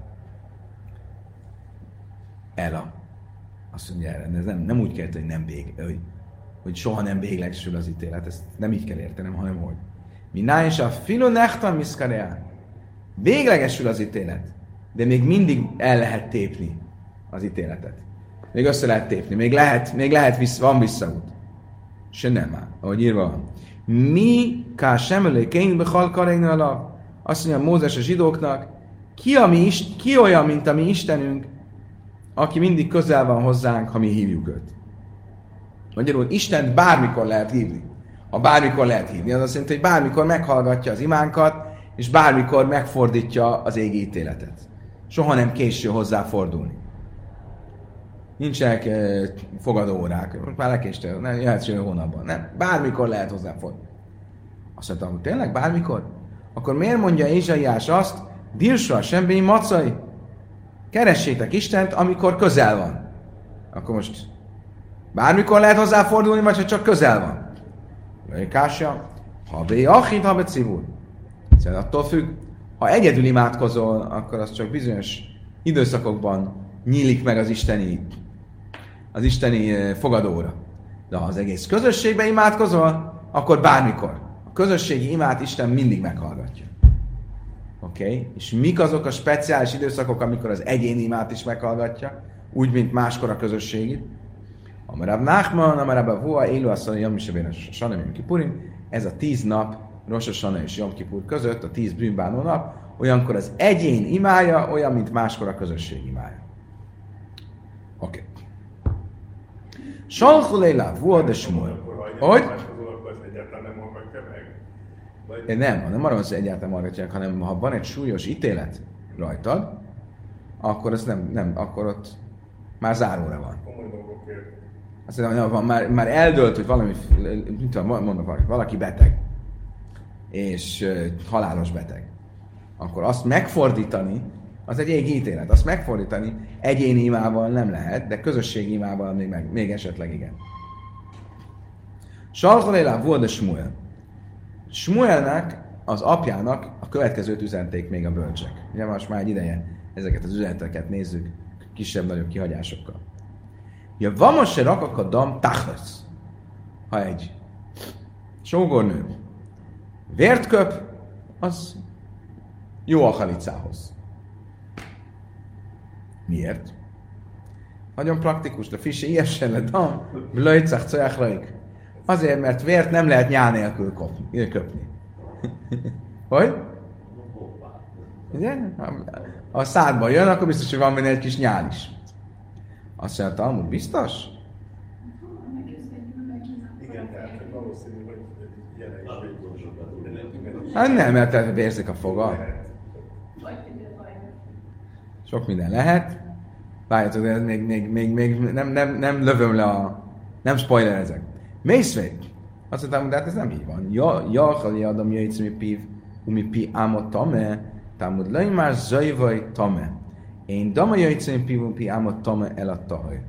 Ela. Azt mondja, ez nem úgy kell érteni, hogy nem hogy soha nem véglegesül az ítélet. Ezt nem így kell értenem, hanem hogy. Miná és a filo nechtam miszkareá. Véglegesül az ítélet, de még mindig el lehet tépni az ítéletet. Még össze lehet tépni, még lehet van visszaút. Se nem már, ahogy írva van. Mi ká semelő kénybe halkarénő alap? Azt mondja Mózes a zsidóknak, ki olyan, mint a mi Istenünk, aki mindig közel van hozzánk, ha mi hívjuk őt. Magyarul Istent bármikor lehet hívni. Ha bármikor lehet hívni, az azt jelenti, hogy bármikor meghallgatja az imánkat, és bármikor megfordítja az égi ítéletet. Soha nem késő hozzá fordulni. Nincsenek fogadóórák. Most már lekéstél, nem jöhetsz jövő hónapban. Nem, bármikor lehet hozzá fordulni. Azt mondtam, hogy tényleg bármikor? Akkor miért mondja Ézsaiás azt, Dirsra sembény macai? Keressétek Istent, amikor közel van. Akkor most bármikor lehet hozzáfordulni, vagy ha csak közel van. Lőkása, ha bé achid, ha be civul. Szóval attól függ, ha egyedül imádkozol, akkor az csak bizonyos időszakokban nyílik meg az isteni fogadóra. De ha az egész közösségben imádkozol, akkor bármikor. A közösségi imát Isten mindig meghallgatja. Oké? És mik azok a speciális időszakok, amikor az egyéni imát is meghallgatja, úgy, mint máskor a közösségi? Amarab Nachman, Amarab Avua, Élu asszony, Jom Misebén, Sanem, Jom Kipurim. Ez a 10 nap, Rosh Hashanah és Jom Kipur között, a 10 bűnbánó nap, olyankor az egyén imája, olyan, mint máskor a közösség imája. Oké. Salchuléla, Vua de Shmuel. Hogy? Nem arról, hogy egyáltalán hallgatják, hanem ha van egy súlyos ítélet rajtad, akkor az nem, akkor ott már záróra van. Azt hiszem, már eldölt, hogy valami, mit tudom, mondok, valaki beteg, és halálos beteg. Akkor azt megfordítani, az egy égi ítélet. Azt megfordítani egyéni imával nem lehet, de közösségi imával még esetleg igen. Salcholéla volt a Shmuel. Shmuelnek, az apjának a következőt üzenték még a bölcsek. Ugye most már egy ideje ezeket az üzeneteket nézzük kisebb-nagyobb kihagyásokkal. Ja, vamos se rakak a dam tachlesz. Ha egy sógornő vért köp, az jó a halicához. Miért? Nagyon praktikus, de fissi ilyesen le dam, blöjcach cajachraik. Azért, mert vért nem lehet nyál nélkül köpni. Hogy? Ugye? Ha a szádba jön, akkor biztos, hogy van benne egy kis nyál is. Azt mondja, Talmud, biztos? Igen, tehát valószínű, hogy jelen is. Hát nem, mert vérzik a foga. Sok minden lehet. Várjatok, de még nem lövöm le nem spoilerezek. Mészvét! Azt mondtam, de hát ez nem így van. Jachali adam jöjjtsz mi pív, mi pi ámot tame, támod löjj már zajvaj tame. Én dama jöjjtsz mi pív, pi ámot tame el a tahaj.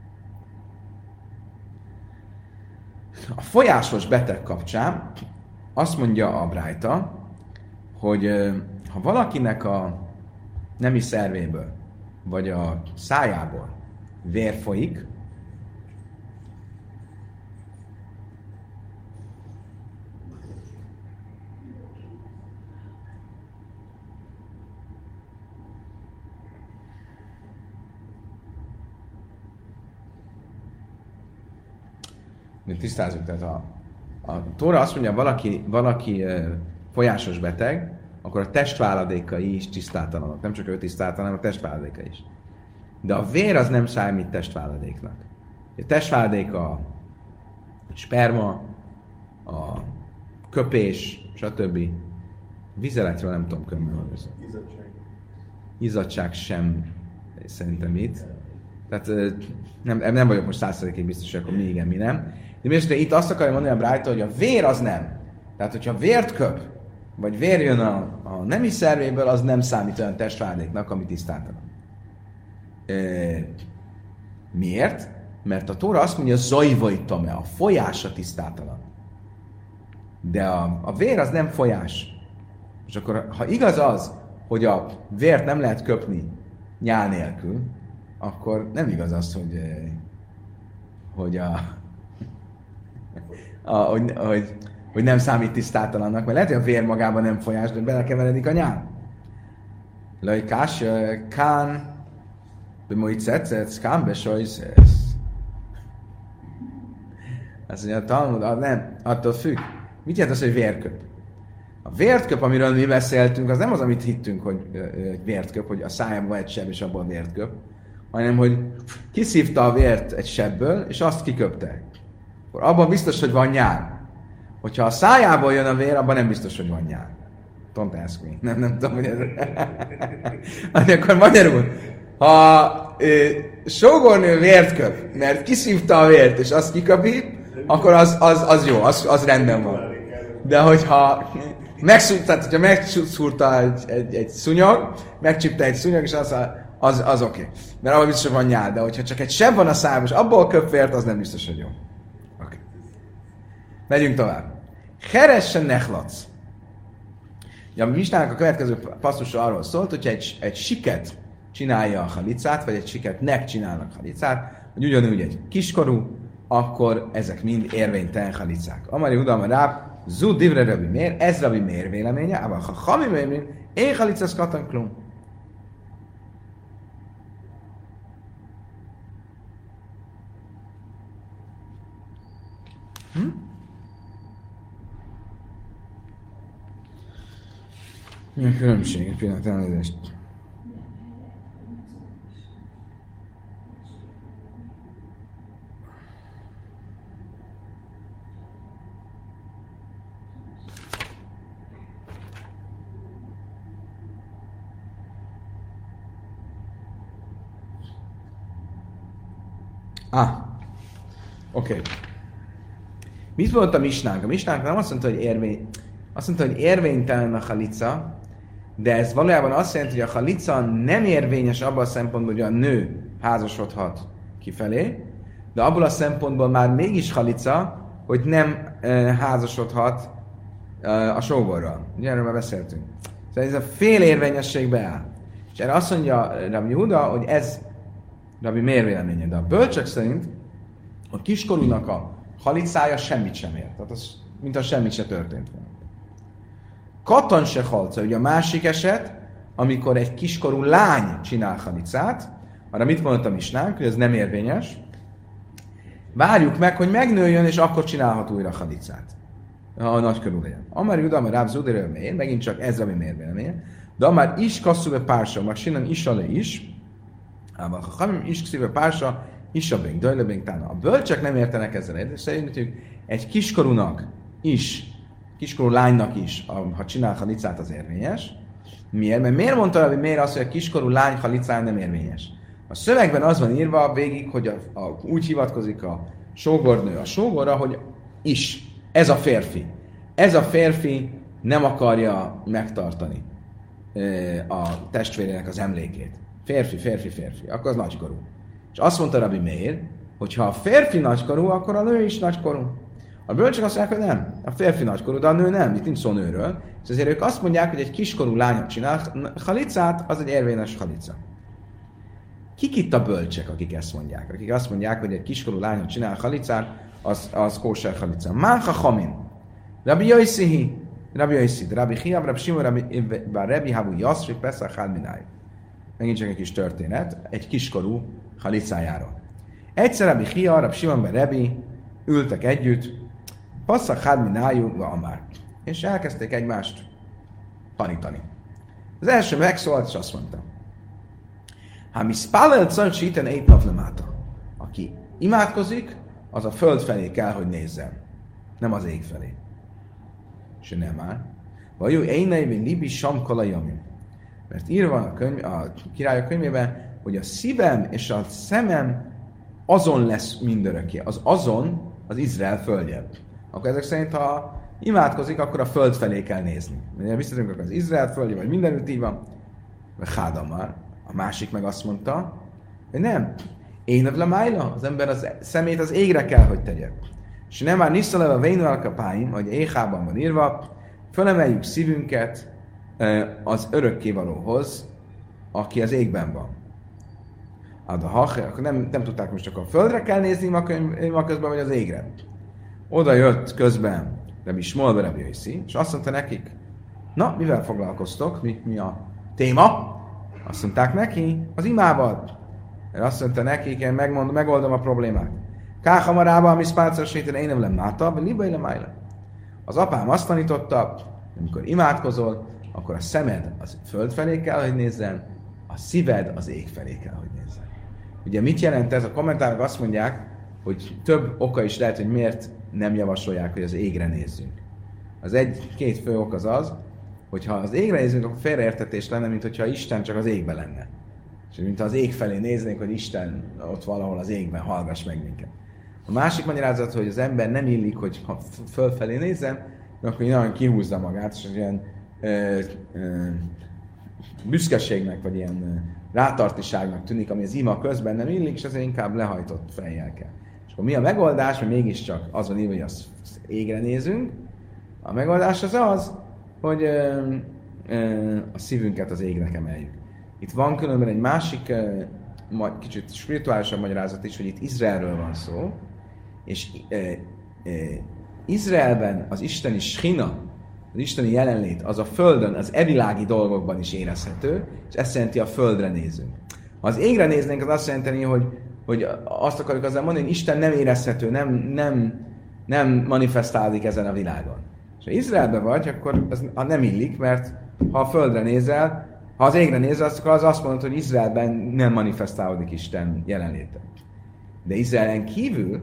A folyásos beteg kapcsán azt mondja a Brájta, hogy ha valakinek a nemi szervéből, vagy a szájából vér folyik, Tisztázzuk, tehát a Tóra azt mondja, valaki folyásos beteg, akkor a testváladékai is tisztátalanok. Nem csak ő tisztátalan, hanem a testváladéka is. De a vér az nem számít testváladéknak. A testváladék a sperma, a köpés, stb. Vizeletről nem tudom kömmel. Izzadság sem szerintem itt. Tehát nem vagyok most 100%-ig biztos, hogy akkor mi igen, mi nem. De most itt azt akarja mondani a Brájta, hogy a vér az nem. Tehát, hogyha vért köp, vagy vér jön a nemi szervéből, az nem számít olyan testváladéknak, ami tisztátalan. Miért? Mert a Tóra azt mondja, zajvajtame, a folyás a tisztátalan. De a vér az nem folyás. És akkor, ha igaz az, hogy a vért nem lehet köpni nyál nélkül, akkor nem igaz az, hogy nem számít tisztátalannak, mert lehet, hogy a vér magában nem folyás, de belekeveredik a nyál. Lajkás, kán, bemojcetsz, kán besajsz. Azt mondja, a Talmud, nem, attól függ. Mit jelent az, hogy vérköp? A vértköp, amiről mi beszéltünk, az nem az, amit hittünk, hogy vértköp, hogy a szájában egy seb, és abból vértköp, hanem, hogy kiszívta a vért egy sebből, és azt kiköpte. Akkor abban biztos, hogy van nyál. Hogyha a szájából jön a vér, abban nem biztos, hogy van nyál. Don't ask me. Nem tudom, hogy ez... Akkor magyarul, ha sógornő vért köp, mert kiszívta a vért, és azt kiköpi, akkor az jó, az rendben van. De hogyha megszúrta egy szúnyog, megcsípte egy szúnyog, és az oké. Mert abban biztos, hogy van nyál. De hogyha csak egy seb van a szájában, és abból köp vért, az nem biztos, hogy jó. Oké. Megyünk tovább. Heresse nechlac. Ja, a misnának a következő passzusa arról szólt, hogyha egy siket csinálja a halicát, vagy egy siketnek csinálnak halicát, hogy ugyanúgy egy kiskorú, akkor ezek mind érvénytelen halicák. Amari udalma ráb, zu divre Rabbi Meir, ez Rabbi Meir véleménye, ával ha Chami Meir, én halicász katan klum. Mi a különbség? Egy pillanat, elnézést. Oké. Mit mondott a misnánk? A misnánk nem azt mondta, hogy érvénytelen a halica, de ez valójában azt jelenti, hogy a halica nem érvényes abban a szempontból, hogy a nő házasodhat kifelé, de abból a szempontból már mégis halica, hogy nem házasodhat a sógorral. Ugye erről már beszéltünk. Szóval ez a fél érvényesség beáll. És erre azt mondja Rabbi Huda, hogy ez Rabbi Meir véleménye, de a bölcsek szerint a kiskorúnak a halicája semmit sem ér. Tehát az, mintha semmit se történt volna. Katan se halca, ugye a másik eset, amikor egy kiskorú lány csinál halicát, arra mit mondott a misnánk, hogy ez nem érvényes. Várjuk meg, hogy megnőjön, és akkor csinálhat újra halicát. Ha nagykorú legyen. Amár Juda, amár Ráb Zuderő Meir, megint csak ez Rabbi Meir véleménye, de amár is kasszúbe pársa, már sinan is alé is, ával ha hamim is szíve pársa, is a bénk, dajlebénk tána. A bölcsek nem értenek ezzel egyet, szerintük egy kiskorúnak is, kiskorú lánynak is, ha csinál halicát, az érvényes. Miért? Mert miért mondta, hogy miért az, hogy a kiskorú lány halicája nem érvényes? A szövegben az van írva végig, hogy úgy hivatkozik a sógornő a sógorra, hogy is. Ez a férfi. Ez a férfi nem akarja megtartani a testvérének az emlékét. Férfi. Akkor az nagykorú. És azt mondta Rabbi Meir, hogy ha a férfi nagykorú, akkor a nő is nagykorú. A bölcsek azt mondják, hogy nem. A férfi nagykorú, de a nő nem. Itt nincs szó nőről. És ezért ők azt mondják, hogy egy kiskorú lányok csinál halicát, az egy érvényes halica. Kik itt a bölcsek, akik ezt mondják? Akik azt mondják, hogy egy kiskorú lányok csinál halicát, az kóser halica. Máha Chamin. Rabbi Yossihi. Rabbi Chiab, Rabbi Shimon, Rabbi Havu Yasri, Pesach Halminai. Megint csak egy kis történet, egy kiskorú halicájáról. Egyszer Rabbi Chia, Rabbi Shimon, Rabbi, ültek együtt, passzak hádmi nájú, már. És elkezdték egymást tanítani. Az első megszólalt, és azt mondta, ha mi spálel czar síten egy naplemáta. Aki imádkozik, az a föld felé kell, hogy nézzen. Nem az ég felé. És nem már. Vagy jó, éneiben libi samkala jamim. Mert írva a királyok könyvében, hogy a szívem és a szemem azon lesz mindörökké. Az azon az Izrael földje. Akkor ezek szerint, ha imádkozik, akkor a föld felé kell nézni. Ugye visszatérünk, akkor az Izrael földje, vagy mindenütt így van. Vagy Hádam már. A másik meg azt mondta, hogy nem. Én a májla, az ember az szemét az égre kell, hogy tegye. És nem már nisztaleva a vénuál kapáim, hogy Éhában van írva, fölemeljük szívünket az örökkévalóhoz, aki az égben van. Akkor nem tudták most csak a földre kell nézni ma közben, vagy az égre. Oda jött közben Rabbi Shmuel Rabbi Yossi, és azt mondta nekik, na, mivel foglalkoztok? Mi a téma? Azt mondták neki, az imával. Azt mondta nekik, én megoldom a problémát. Káhamarában, ami spácosítén, én nem máta, vagy libai lemájla. Az apám azt tanította, amikor imádkozol, akkor a szemed az föld felé kell, hogy nézzen, a szíved az ég felé kell, hogy nézzen. Ugye mit jelent ez? A kommentárok azt mondják, hogy több oka is lehet, hogy miért nem javasolják, hogy az égre nézzünk. Az két fő ok az, hogy ha az égre nézzünk, akkor félreértetés lenne, mint hogyha Isten csak az égben lenne. És mintha az ég felé néznénk, hogy Isten ott valahol az égben hallgass meg minket. A másik magyarázat, hogy az ember nem illik, hogy ha fölfelé nézzen, akkor nagyon kihúzza magát, és ilyen büszkeségnek, vagy ilyen rátartiságnak tűnik, ami az ima közben nem illik, és ezért inkább lehajtott fejjel kell. És akkor mi a megoldás, hogy mégiscsak az van írva, hogy az égre nézünk. A megoldás az, hogy a szívünket az égre emeljük. Itt van különben egy másik, kicsit spirituálisabb magyarázat is, hogy itt Izraelről van szó, és Izraelben az isteni shchina, az isteni jelenlét, az a földön, az evilági dolgokban is érezhető, és ezt jelenti, a földre nézünk. Ha az égre néznénk, az azt jelenteni, hogy azt akarjuk azzal mondani, hogy Isten nem érezhető, nem manifestálódik ezen a világon. És ha Izraelben vagy, akkor az nem illik, mert ha a földre nézel, ha az égre nézel, akkor az azt mondod, hogy Izraelben nem manifestálódik Isten jelenléte. De Izraelen kívül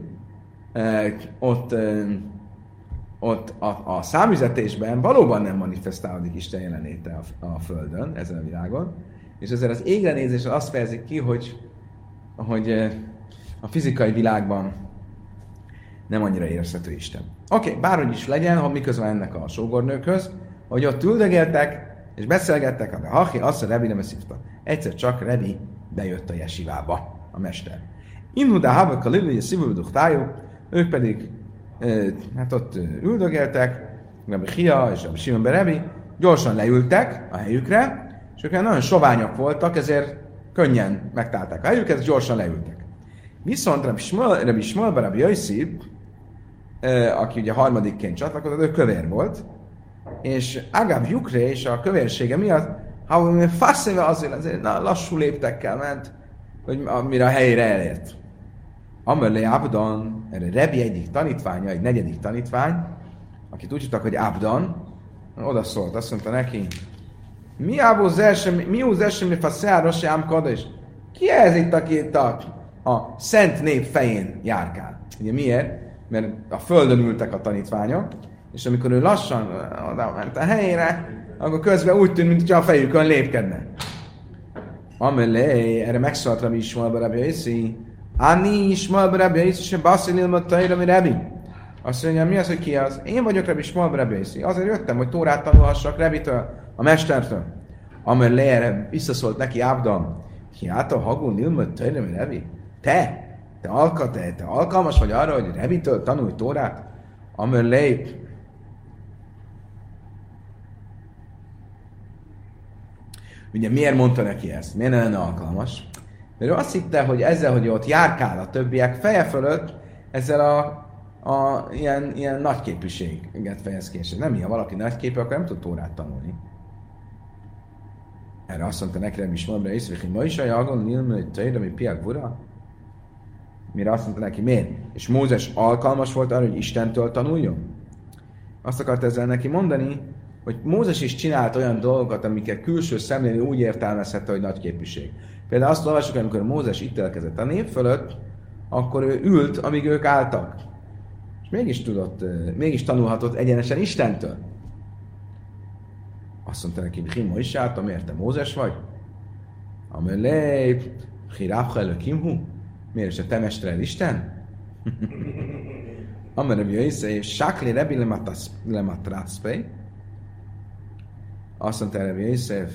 ott a számüzetésben valóban nem manifestálódik Isten jelenléte a Földön, ezen a világon, és ezzel az égre nézéssel azt fejezik ki, hogy a fizikai világban nem annyira érezhető Isten. Oké, bárhogy is legyen, ha miközben ennek a sógornőkhöz, hogy ott üldögéltek, és beszélgettek, a Hachi, azt a Rebi nem eszívta. Egyszer csak Rebi bejött a jesivába, a mester. Inhudá Havak a Lili, a szívülduchtájú, ők pedig hát ott üldögéltek, Rabbi Chia és Rabbi Simon ben Rebi, gyorsan leültek a helyükre, és ők nagyon soványak voltak, ezért könnyen megtalálták a helyüket, és gyorsan leültek. Viszont Rabbi Shmuel ben Rabbi Yossi, aki ugye harmadikként csatlakozott, ő kövér volt, és Ágáv Jukré és a kövérsége miatt, ha faszéve azért lassú léptekkel ment, hogy mire a helyére elért. Amerlé Abdan, erre Rebi egyik tanítványa, egy negyedik tanítvány, akit úgy hívtak, hogy Abdan, oda szólt, azt mondta neki, mi az első, mi faszáros ám kadés? Ki ez itt, aki itt a szent nép fején járkál? Ugye miért? Mert a földön ültek a tanítványok, és amikor ő lassan oda ment a helyére, akkor közben úgy tűnt, mintha a fejükön lépkedne. Amelé, erre megszólalt Rabbi Shmuel ben Rabbi Yossi, Ani Shmuel ben Rabbi Yossi, se Baszil ilmot Taira mi Rebi. Azt mondja, mi az, hogy ki az? Én vagyok Rabbi Shmuel ben Rabbi Yossi. Azért jöttem, hogy Tórát tanulhassak Rebitől, a mestertől. Amelé, erre visszaszólt neki Abdon. Hiáta hagun ilmot Taira mi Rebi. Te alkalmas vagy arra, hogy Rebitől tanulj Tórát? Amelé, ugye miért mondta neki ezt? Miért nem lenne alkalmas? Mert ő azt hitte, hogy ezzel, hogy ott járkál a többiek feje fölött, ezzel ilyen nagyképűséget fejez ki. Nem, ha valaki nagyképű, akkor nem tud Tórát tanulni. Erre azt mondta neki, nem is mondta, hogy ma is a jagon, hogy tőle, ami piak bura. Mire azt mondta neki, miért? És Mózes alkalmas volt arra, hogy Istentől tanuljon? Azt akart ezzel neki mondani, hogy Mózes is csinált olyan dolgokat, amiket külső szemlélő úgy értelmezhette, hogy nagy képviség. Például azt olvasjuk, amikor Mózes ítélkezett a nép fölött, akkor ő ült, amíg ők álltak. És mégis tanulhatott egyenesen Istentől. Azt mondta neki, Himo is álltam, miért te Mózes vagy? Amelé, Hirávha Elohimhu? Miért is a te mestered Isten? Amelé, Jöjjszé, Sákli Rebi Lematraszpé. Azt mondta Rebi Jöjjszé,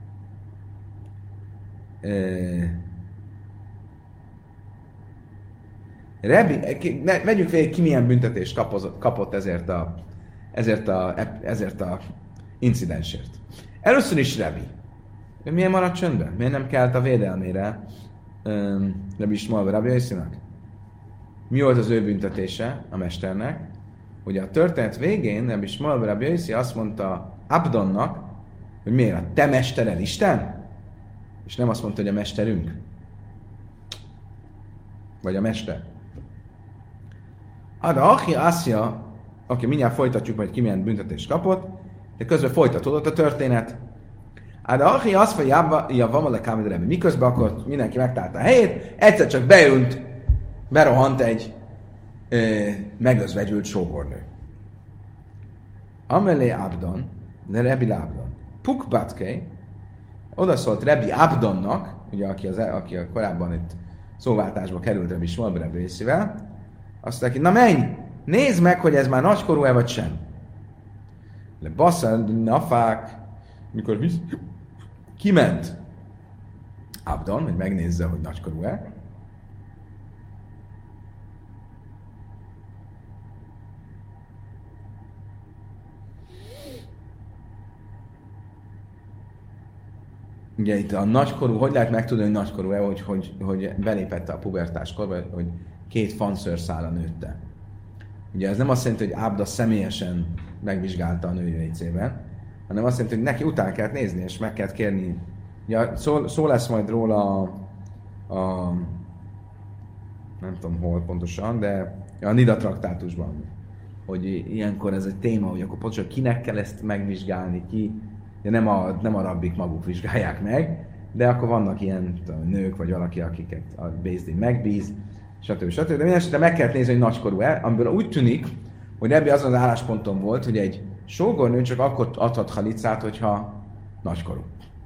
Rebi, vegyük végig, ki milyen büntetést kapott ezért a incidensért. Először is Rebi. Ő miért maradt csöndben? Miért nem kelt a védelmére Rebi Ismael Rabbi Jöjszinak? Mi volt az ő büntetése a mesternek? Ugye a történet végén Rebi Ismael Rabbi Jöjszi azt mondta Abdonnak, hogy miért a te mestered Isten? És nem azt mondta, hogy a mesterünk. Vagy a mester. De Achi Aszja, aki mindjárt folytatjuk, majd ki milyen büntetést kapott, de közben folytatódott a történet. De Achi Aszja Javama le Kámid Rebbe. Miközben akkor mindenki megtalálta a helyét, egyszer csak berohant egy megözvegyült sógornő. Amelé Abdon, de Rebi Abdon. Puk Batkei, oda szólt Rebi Abdonnak, ugye, aki a korábban itt szóváltásba került Rebi Ismael Rabbi Jöjszivel, azt mondta, na menj, nézd meg, hogy ez már nagykorú-e vagy sem. Le basszal, nafák, mikor kiment Abdon, hogy megnézze, hogy nagykorú-e. Ugye itt a nagykorú, hogy lehet megtudni, hogy nagykorú-e, hogy belépette a pubertáskorba, hogy 2 fanszőrszála nőtte. Ugye ez nem azt jelenti, hogy Ábda személyesen megvizsgálta a női lécében, hanem azt jelenti, hogy neki utána kellett nézni, és meg kellett kérni. Ugye, szó lesz majd róla a nem tudom hol pontosan, de a Nida traktátusban, hogy ilyenkor ez egy téma, hogy akkor pontosan kinek kell ezt megvizsgálni, de nem a rabbik maguk vizsgálják meg, de akkor vannak ilyen nők, vagy valaki, akiket a Bézdin megbíz, stb. De minden esetben meg kellett nézni, hogy nagykorú-e, amiből úgy tűnik, hogy ebben azon az állásponton volt, hogy egy sógornő csak akkor adhat halicát, hogyha nagykorú.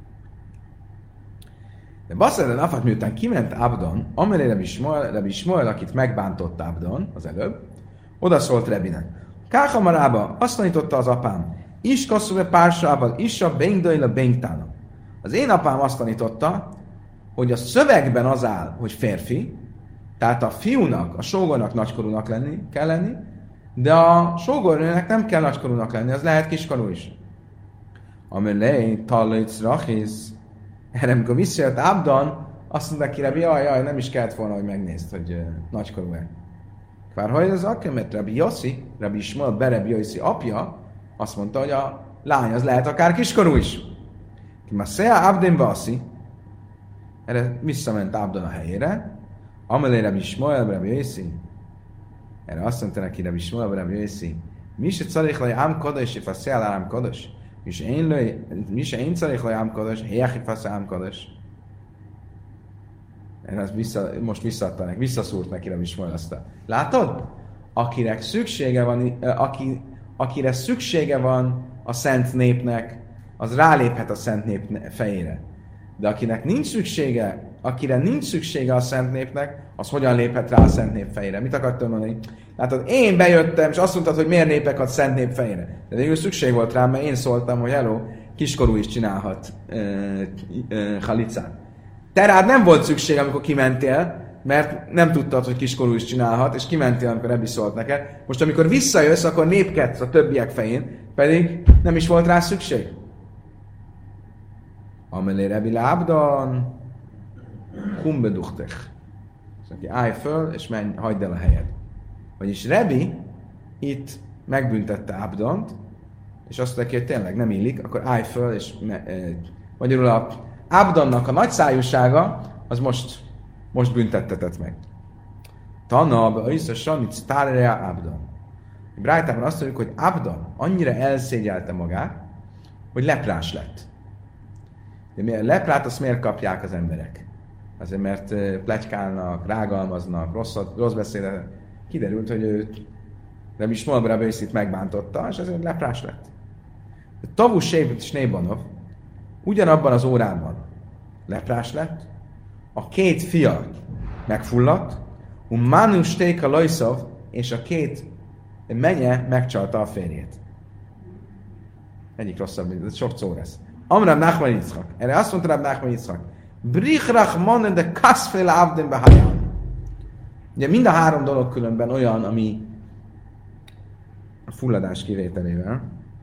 De Basszal Nafat miután kiment Abdon, amelé Rebi Ismael, akit megbántott Abdon az előbb, oda szólt Rebinek. Káhamarába azt tanította az apám, is kasszúve pársával, is a béngdőjle béngtána. Az én apám azt tanította, hogy a szövegben az áll, hogy férfi, tehát a fiúnak, a sógornak nagykorúnak kell lenni, de a sógornőnek nem kell nagykorúnak lenni, az lehet kiskorú is. Amelé, tallic, rachiz, erre amikor visszajött Abdon, azt mondta ki Rebi, jaj, nem is kellett volna, hogy megnézd, hogy nagykorú-e. Kvár hajt az mert Rebi Yossi, Rebi Ismael Rebi Yossi apja, azt mondta, hogy a lány az lehet akár kiskorú is. Már Szea Abdin Bassi, erre visszament Abdon a helyére, amelé Rebi Ismael Rebi Yossi, erre azt mondta neki Rebi Ismael Rebi Yossi, mi se carich lej ám kodesh, if a Szea ám kodesh, mi se én carich lej ám kodesh, helyek if a Szea ám kodesh. Erre most visszaadta neki, visszaszúrt neki Rebi Ismael azt. Látod? Akire szüksége van a szent népnek, az ráléphet a szent nép fejére. De akire nincs szüksége a szent népnek, az hogyan léphet rá a szent nép fejére? Mit akartam mondani? Látod, én bejöttem, és azt mondtad, hogy miért lépek a szent nép fejére. De végül szükség volt rám, mert én szóltam, hogy hello, kiskorú is csinálhat halicát. Te rád nem volt szükség, amikor kimentél, mert nem tudtad, hogy kiskorú is csinálhat, és kimentél, amikor Rebi szólt neked. Most, amikor visszajössz, akkor lépkedsz a többiek fején, pedig nem is volt rá szükség. Amelé Rebi Abdon, kumbeduchtech. Szóval állj föl, és menj, hagyd el a helyed. Vagyis Rebi itt megbüntette Abdont, és azt mondta, hogy tényleg nem illik, akkor állj föl, és magyarul a Abdonnak a nagyszájúsága, az most büntettetett meg. Tana, össze Sanic, Tárerea, Abdon. Brájtában azt mondjuk, hogy Abdon annyira elszégyelte magát, hogy leprás lett. De leprát azt miért kapják az emberek? Azért, mert pletykálnak, rágalmaznak, rossz beszédet. Kiderült, hogy ő nem is Molbra Bőszit megbántotta, és ezért leprás lett. Tavus Snébanov ugyanabban az órában leprás lett, a két fia megfulladt, Manus Téka Lajszov, és a két menye megcsalta a férjét. Egyik rosszabb, mint ez sok szó lesz. Amram Nachman Yitzchak. Erre azt mondta Rab Nachman Yitzchak. Brichrach manen de kaszfél avden behajan. Ugye mind a három dolog különben olyan, ami a fulladás kivételével.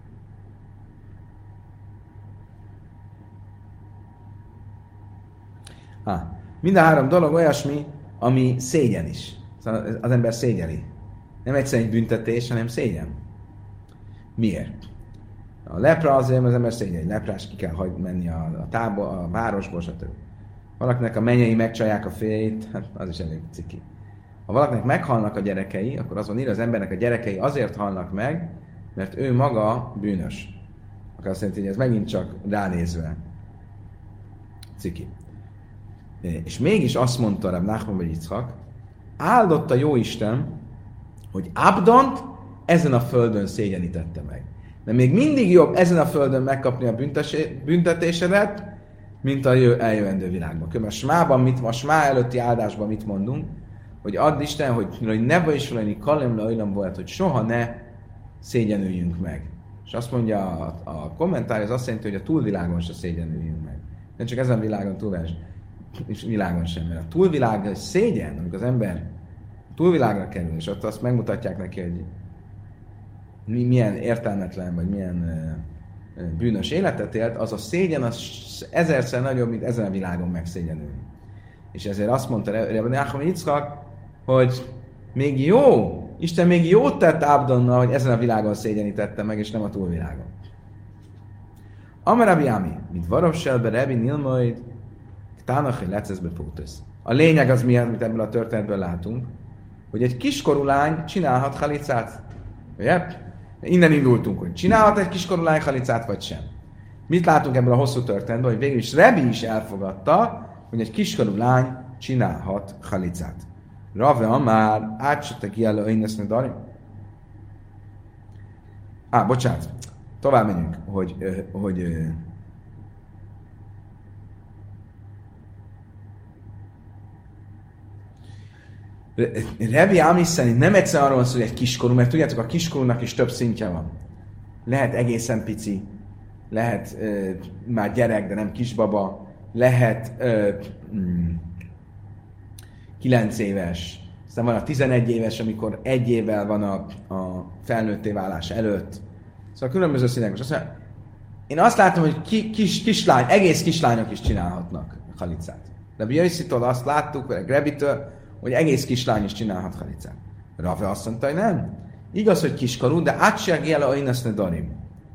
Mind a három dolog olyasmi, ami szégyen is. Szóval az ember szégyeli. Nem egyszerűen egy büntetés, hanem szégyen. Miért? A lepra azért, mert az ember szégyeli. Leprás ki kell menni a városból, stb. Valakinek a mennyei megcsalják a férjét, hát az is elég ciki. Ha valakinek meghalnak a gyerekei, akkor az van írva, az embernek a gyerekei azért halnak meg, mert ő maga bűnös. Akkor azt jelenti, hogy ez megint csak ránézve ciki. És mégis azt mondta Rab Nachman ben Yitzchak, áldott a Jóisten, hogy Abdont ezen a földön szégyenítette meg. De még mindig jobb ezen a földön megkapni a büntetésedet, mint a eljövendő világban. Különben a smá előtti áldásban mit mondunk? Hogy add Isten, hogy ne is valami kalem olyan volt, hogy soha ne szégyenüljünk meg. És azt mondja a kommentár, az azt jelenti, hogy a túlvilágon se szégyenüljünk meg. Nem csak ezen a világon sem, mert a túlvilág egy szégyen, amikor az ember túlvilágra kerül, és ott azt megmutatják neki, hogy milyen értelmetlen, vagy milyen bűnös életet élt, az a szégyen az ezerszer nagyobb, mint ezen a világon megszégyenülni. És ezért azt mondta Reb Nachman Yitzchak, hogy még jó, Isten még jót tett Abdonnal, hogy ezen a világon szégyenítette meg, és nem a túlvilágon. Amar Rabbi Ami, mint Varovselbe, Rebbi Nilmoid, Tánachai Lecezbe Pótusz. A lényeg az mi, amit ebből a történetből látunk, hogy egy kiskorú lány csinálhat halicát. Ugye? Innen indultunk, hogy csinálhat egy kiskorú lány halicát, vagy sem. Mit látunk ebből a hosszú történetből, hogy végül is Rebbi is elfogadta, hogy egy kiskorú lány csinálhat halicát. Rave Amár, átsettek jelő éneszne dari. Bocsánat. Tovább menjünk, hogy Rebbi Ami szerint nem egyszer arról van szó, hogy egy kiskorú, mert tudjátok, a kiskorúnak is több szintje van. Lehet egészen pici, lehet már gyerek, de nem kisbaba, lehet 9 éves, aztán van a 11 éves, amikor 1 évvel van a felnőtté válás előtt. Szóval különböző színek. Most azt mondja, én azt látom, hogy kislány, egész kislányok is csinálhatnak halicát. De Bjöjszitől azt láttuk, vagy Rebitől, hogy egész kislány is csinálhat halicát. Rave azt mondta, hogy nem. Igaz, hogy kiskorú, de átság jele a ineszne darim.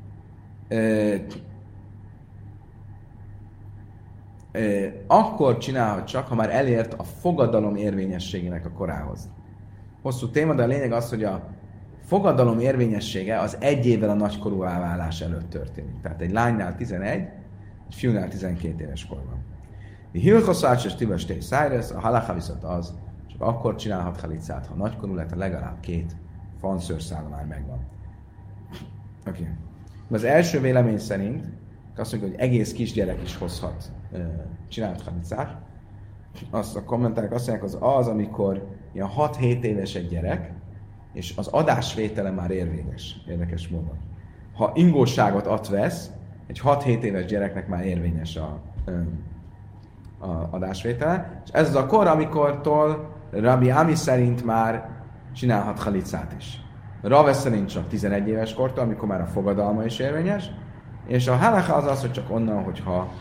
Akkor csinálhat csak, ha már elért a fogadalom érvényességének a korához. Hosszú téma, de a lényeg az, hogy a fogadalom érvényessége az 1 évvel a nagykorúvá válás előtt történik. Tehát egy lánynál 11, egy fiúnál 12 éves korban. A Hilchoszács és Tibas Té Cyrus, a halacha viszont az, csak akkor csinálhat halicát, ha nagykorú lett, legalább 2 fanszőrszála már megvan. Oké. Az első vélemény szerint azt mondjuk, hogy egész kisgyerek is hozhat, csinálhat halicát. Azt a kommentárok azt mondják, az, amikor ilyen 6-7 éves egy gyerek, és az adásvétele már érvényes. Érdekes módon. Ha ingóságot vesz, egy 6-7 éves gyereknek már érvényes a adásvétele, és ez az a kor, amikortól Rabbi Ami szerint már csinálhat halicát is. Rave szerint csak 11 éves kortól, amikor már a fogadalma is érvényes, és a halacha az, hogy csak onnan, hogyha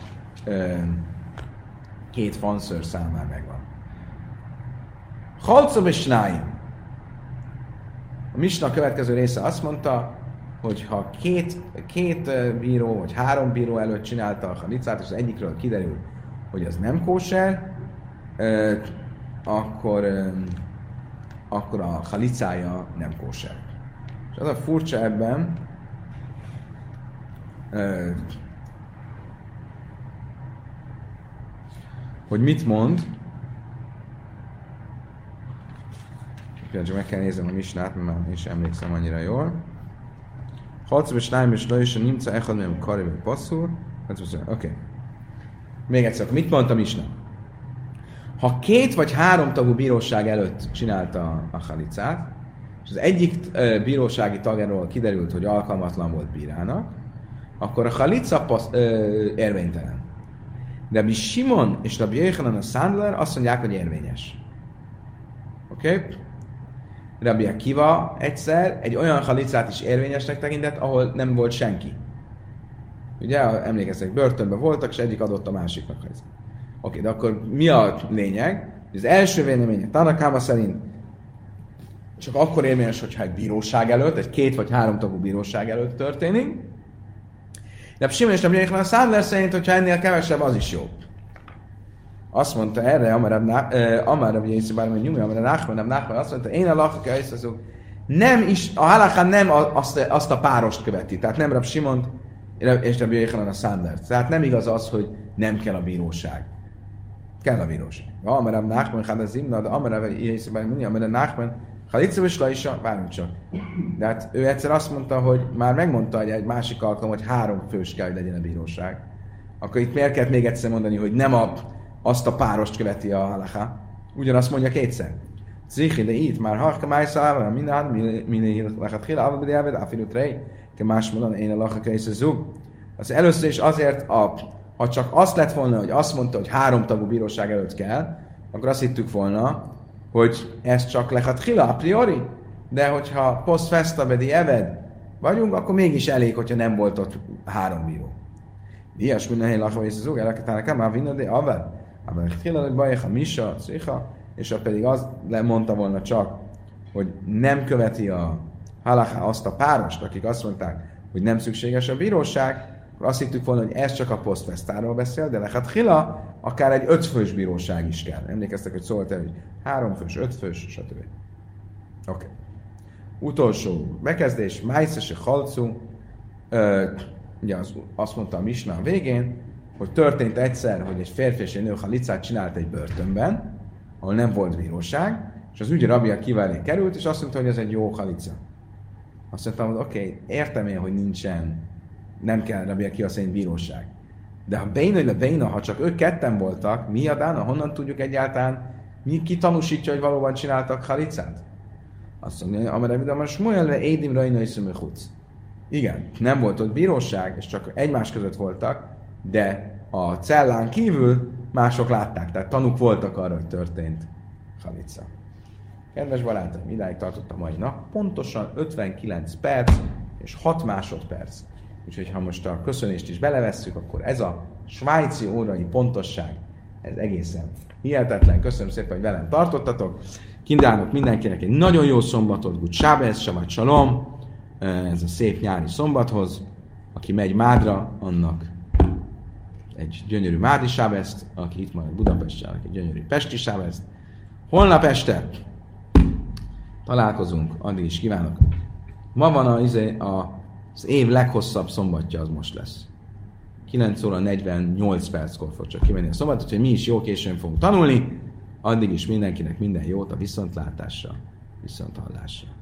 2 fanszőr szám már megvan. Chalcob és Snáim. A Misna következő része azt mondta, hogy ha két bíró, vagy 3 bíró előtt csinálta a halicát, és az egyikről kiderül, hogy az nem kóser, akkor akkor a halicája nem kóser. És az a furcsa ebben, hogy mit mond. Csak meg kell néznem a misnát, mert már én sem emlékszem annyira jól. Halcba snájm és lajsa nimca echad nem karibé passzul. Oké. Még egyszer, mit mondta a misna? Ha 2 vagy 3 tagú bíróság előtt csinálta a halicát, és az egyik bírósági tagjáról kiderült, hogy alkalmatlan volt bírának, akkor a halica érvénytelen. De Rabbi Simon és Rabbi Yochanan a Sandler azt mondják, hogy érvényes. Oké? Rabbi Akiva egyszer egy olyan halicát is érvényesnek tekintett, ahol nem volt senki. Ugye, emlékeztek, börtönben voltak, és egyik adott a másiknak. Oké, de akkor mi a lényeg? Az első véleménye Tanakáma szerint csak akkor érvényes, hogyha egy bíróság előtt, egy 2 vagy 3 tagú bíróság előtt történik. De Simon és Rabbi Yochanan a Sandler szerint, hogyha ennél kevesebb, az is jobb. Azt mondta erre, Amar Rabbi Yossi Bar Nyumi, Amar Nachman azt mondta, én a lachak elszazok, nem is, a halakha nem azt a párost követi, tehát nem Rabbi Simont és Rabbi Yochanan a Sandler. Tehát nem igaz az, hogy nem kell a bíróság. Kell a bíróság. Amar Rabbi Nachman, hát az imna, de Amar Rabbi Yossi Bar Nyumi, Amar Nachman, Halitza és Laisa, várjunk csak. De hát ő egyszer azt mondta, hogy már megmondta, hogy egy másik alkalom, hogy 3 fős kell, hogy legyen a bíróság. Akkor itt miért kellett még egyszer mondani, hogy nem azt a párost követi a halaká? Ugyanazt mondja 2-szer. Zichi, de itt már harka májszálva, minél lachat hila, avva bediábed, afinut rej, ke más mondan, én a lachaka és a zug. Az először is azért, ha csak azt lett volna, hogy azt mondta, hogy 3 tagú bíróság előtt kell, akkor azt hittük volna, hogy ez csak lachat hila a priori, de hogyha post festa bedi eved vagyunk, akkor mégis elég, hogyha nem volt ott 3 bíró. Ilyes minden lachva és az zug, elketának el, már vinna, de avad. Abban a bajha, misa, cicha, és pedig azt mondta volna csak, hogy nem követi a halakha azt a párost, akik azt mondták, hogy nem szükséges a bíróság, akkor azt hittük volna, hogy ez csak a posztfesztáról beszél, de lehet hila, akár egy 5 fős bíróság is kell. Emlékeztek, hogy szólt el, hogy 3 fős, 5 fős, stb. Oké. Utolsó bekezdés, májszese halcú, ugye azt mondta a misna a végén, hogy történt egyszer, hogy egy férfi és egy nő halicát csinált egy börtönben, ahol nem volt bíróság, és az ügy Rabbi Akiva elé került, és azt mondta, hogy ez egy jó halica. Azt mondtam, hogy oké, értem én, hogy nem kell Rabbi Akiva szerint bíróság. De ha Béna, ha csak ők 2 voltak, mi adána, honnan tudjuk egyáltalán, ki tanúsítja, hogy valóban csináltak halicát? Azt mondja, amire vidam, Smuelve Édim Rajna és igen, nem volt ott bíróság, és csak egymás között voltak, de a cellán kívül mások látták, tehát tanúk voltak arra, hogy történt halica. Kedves barátaim, idáig tartott a mai nap, pontosan 59 perc és 6 másodperc. Úgyhogy ha most a köszönést is belevesszük, akkor ez a svájci órai pontosság, ez egészen hihetetlen. Köszönöm szépen, hogy velem tartottatok. Kínálok mindenkinek egy nagyon jó szombatot, good Sábez, Shabbat Shalom, ez a szép nyári szombathoz. Aki megy Mádra, annak egy gyönyörű mádi sábeszt, aki itt marad Budapesten, egy gyönyörű pesti sábeszt. Holnap este találkozunk, addig is kívánok. Ma van az év leghosszabb szombatja, az most lesz. 9 óra 48 perckor fog csak kimenni a szombat, úgyhogy mi is jó későn fogunk tanulni. Addig is mindenkinek minden jót a viszontlátásra, viszonthallásra.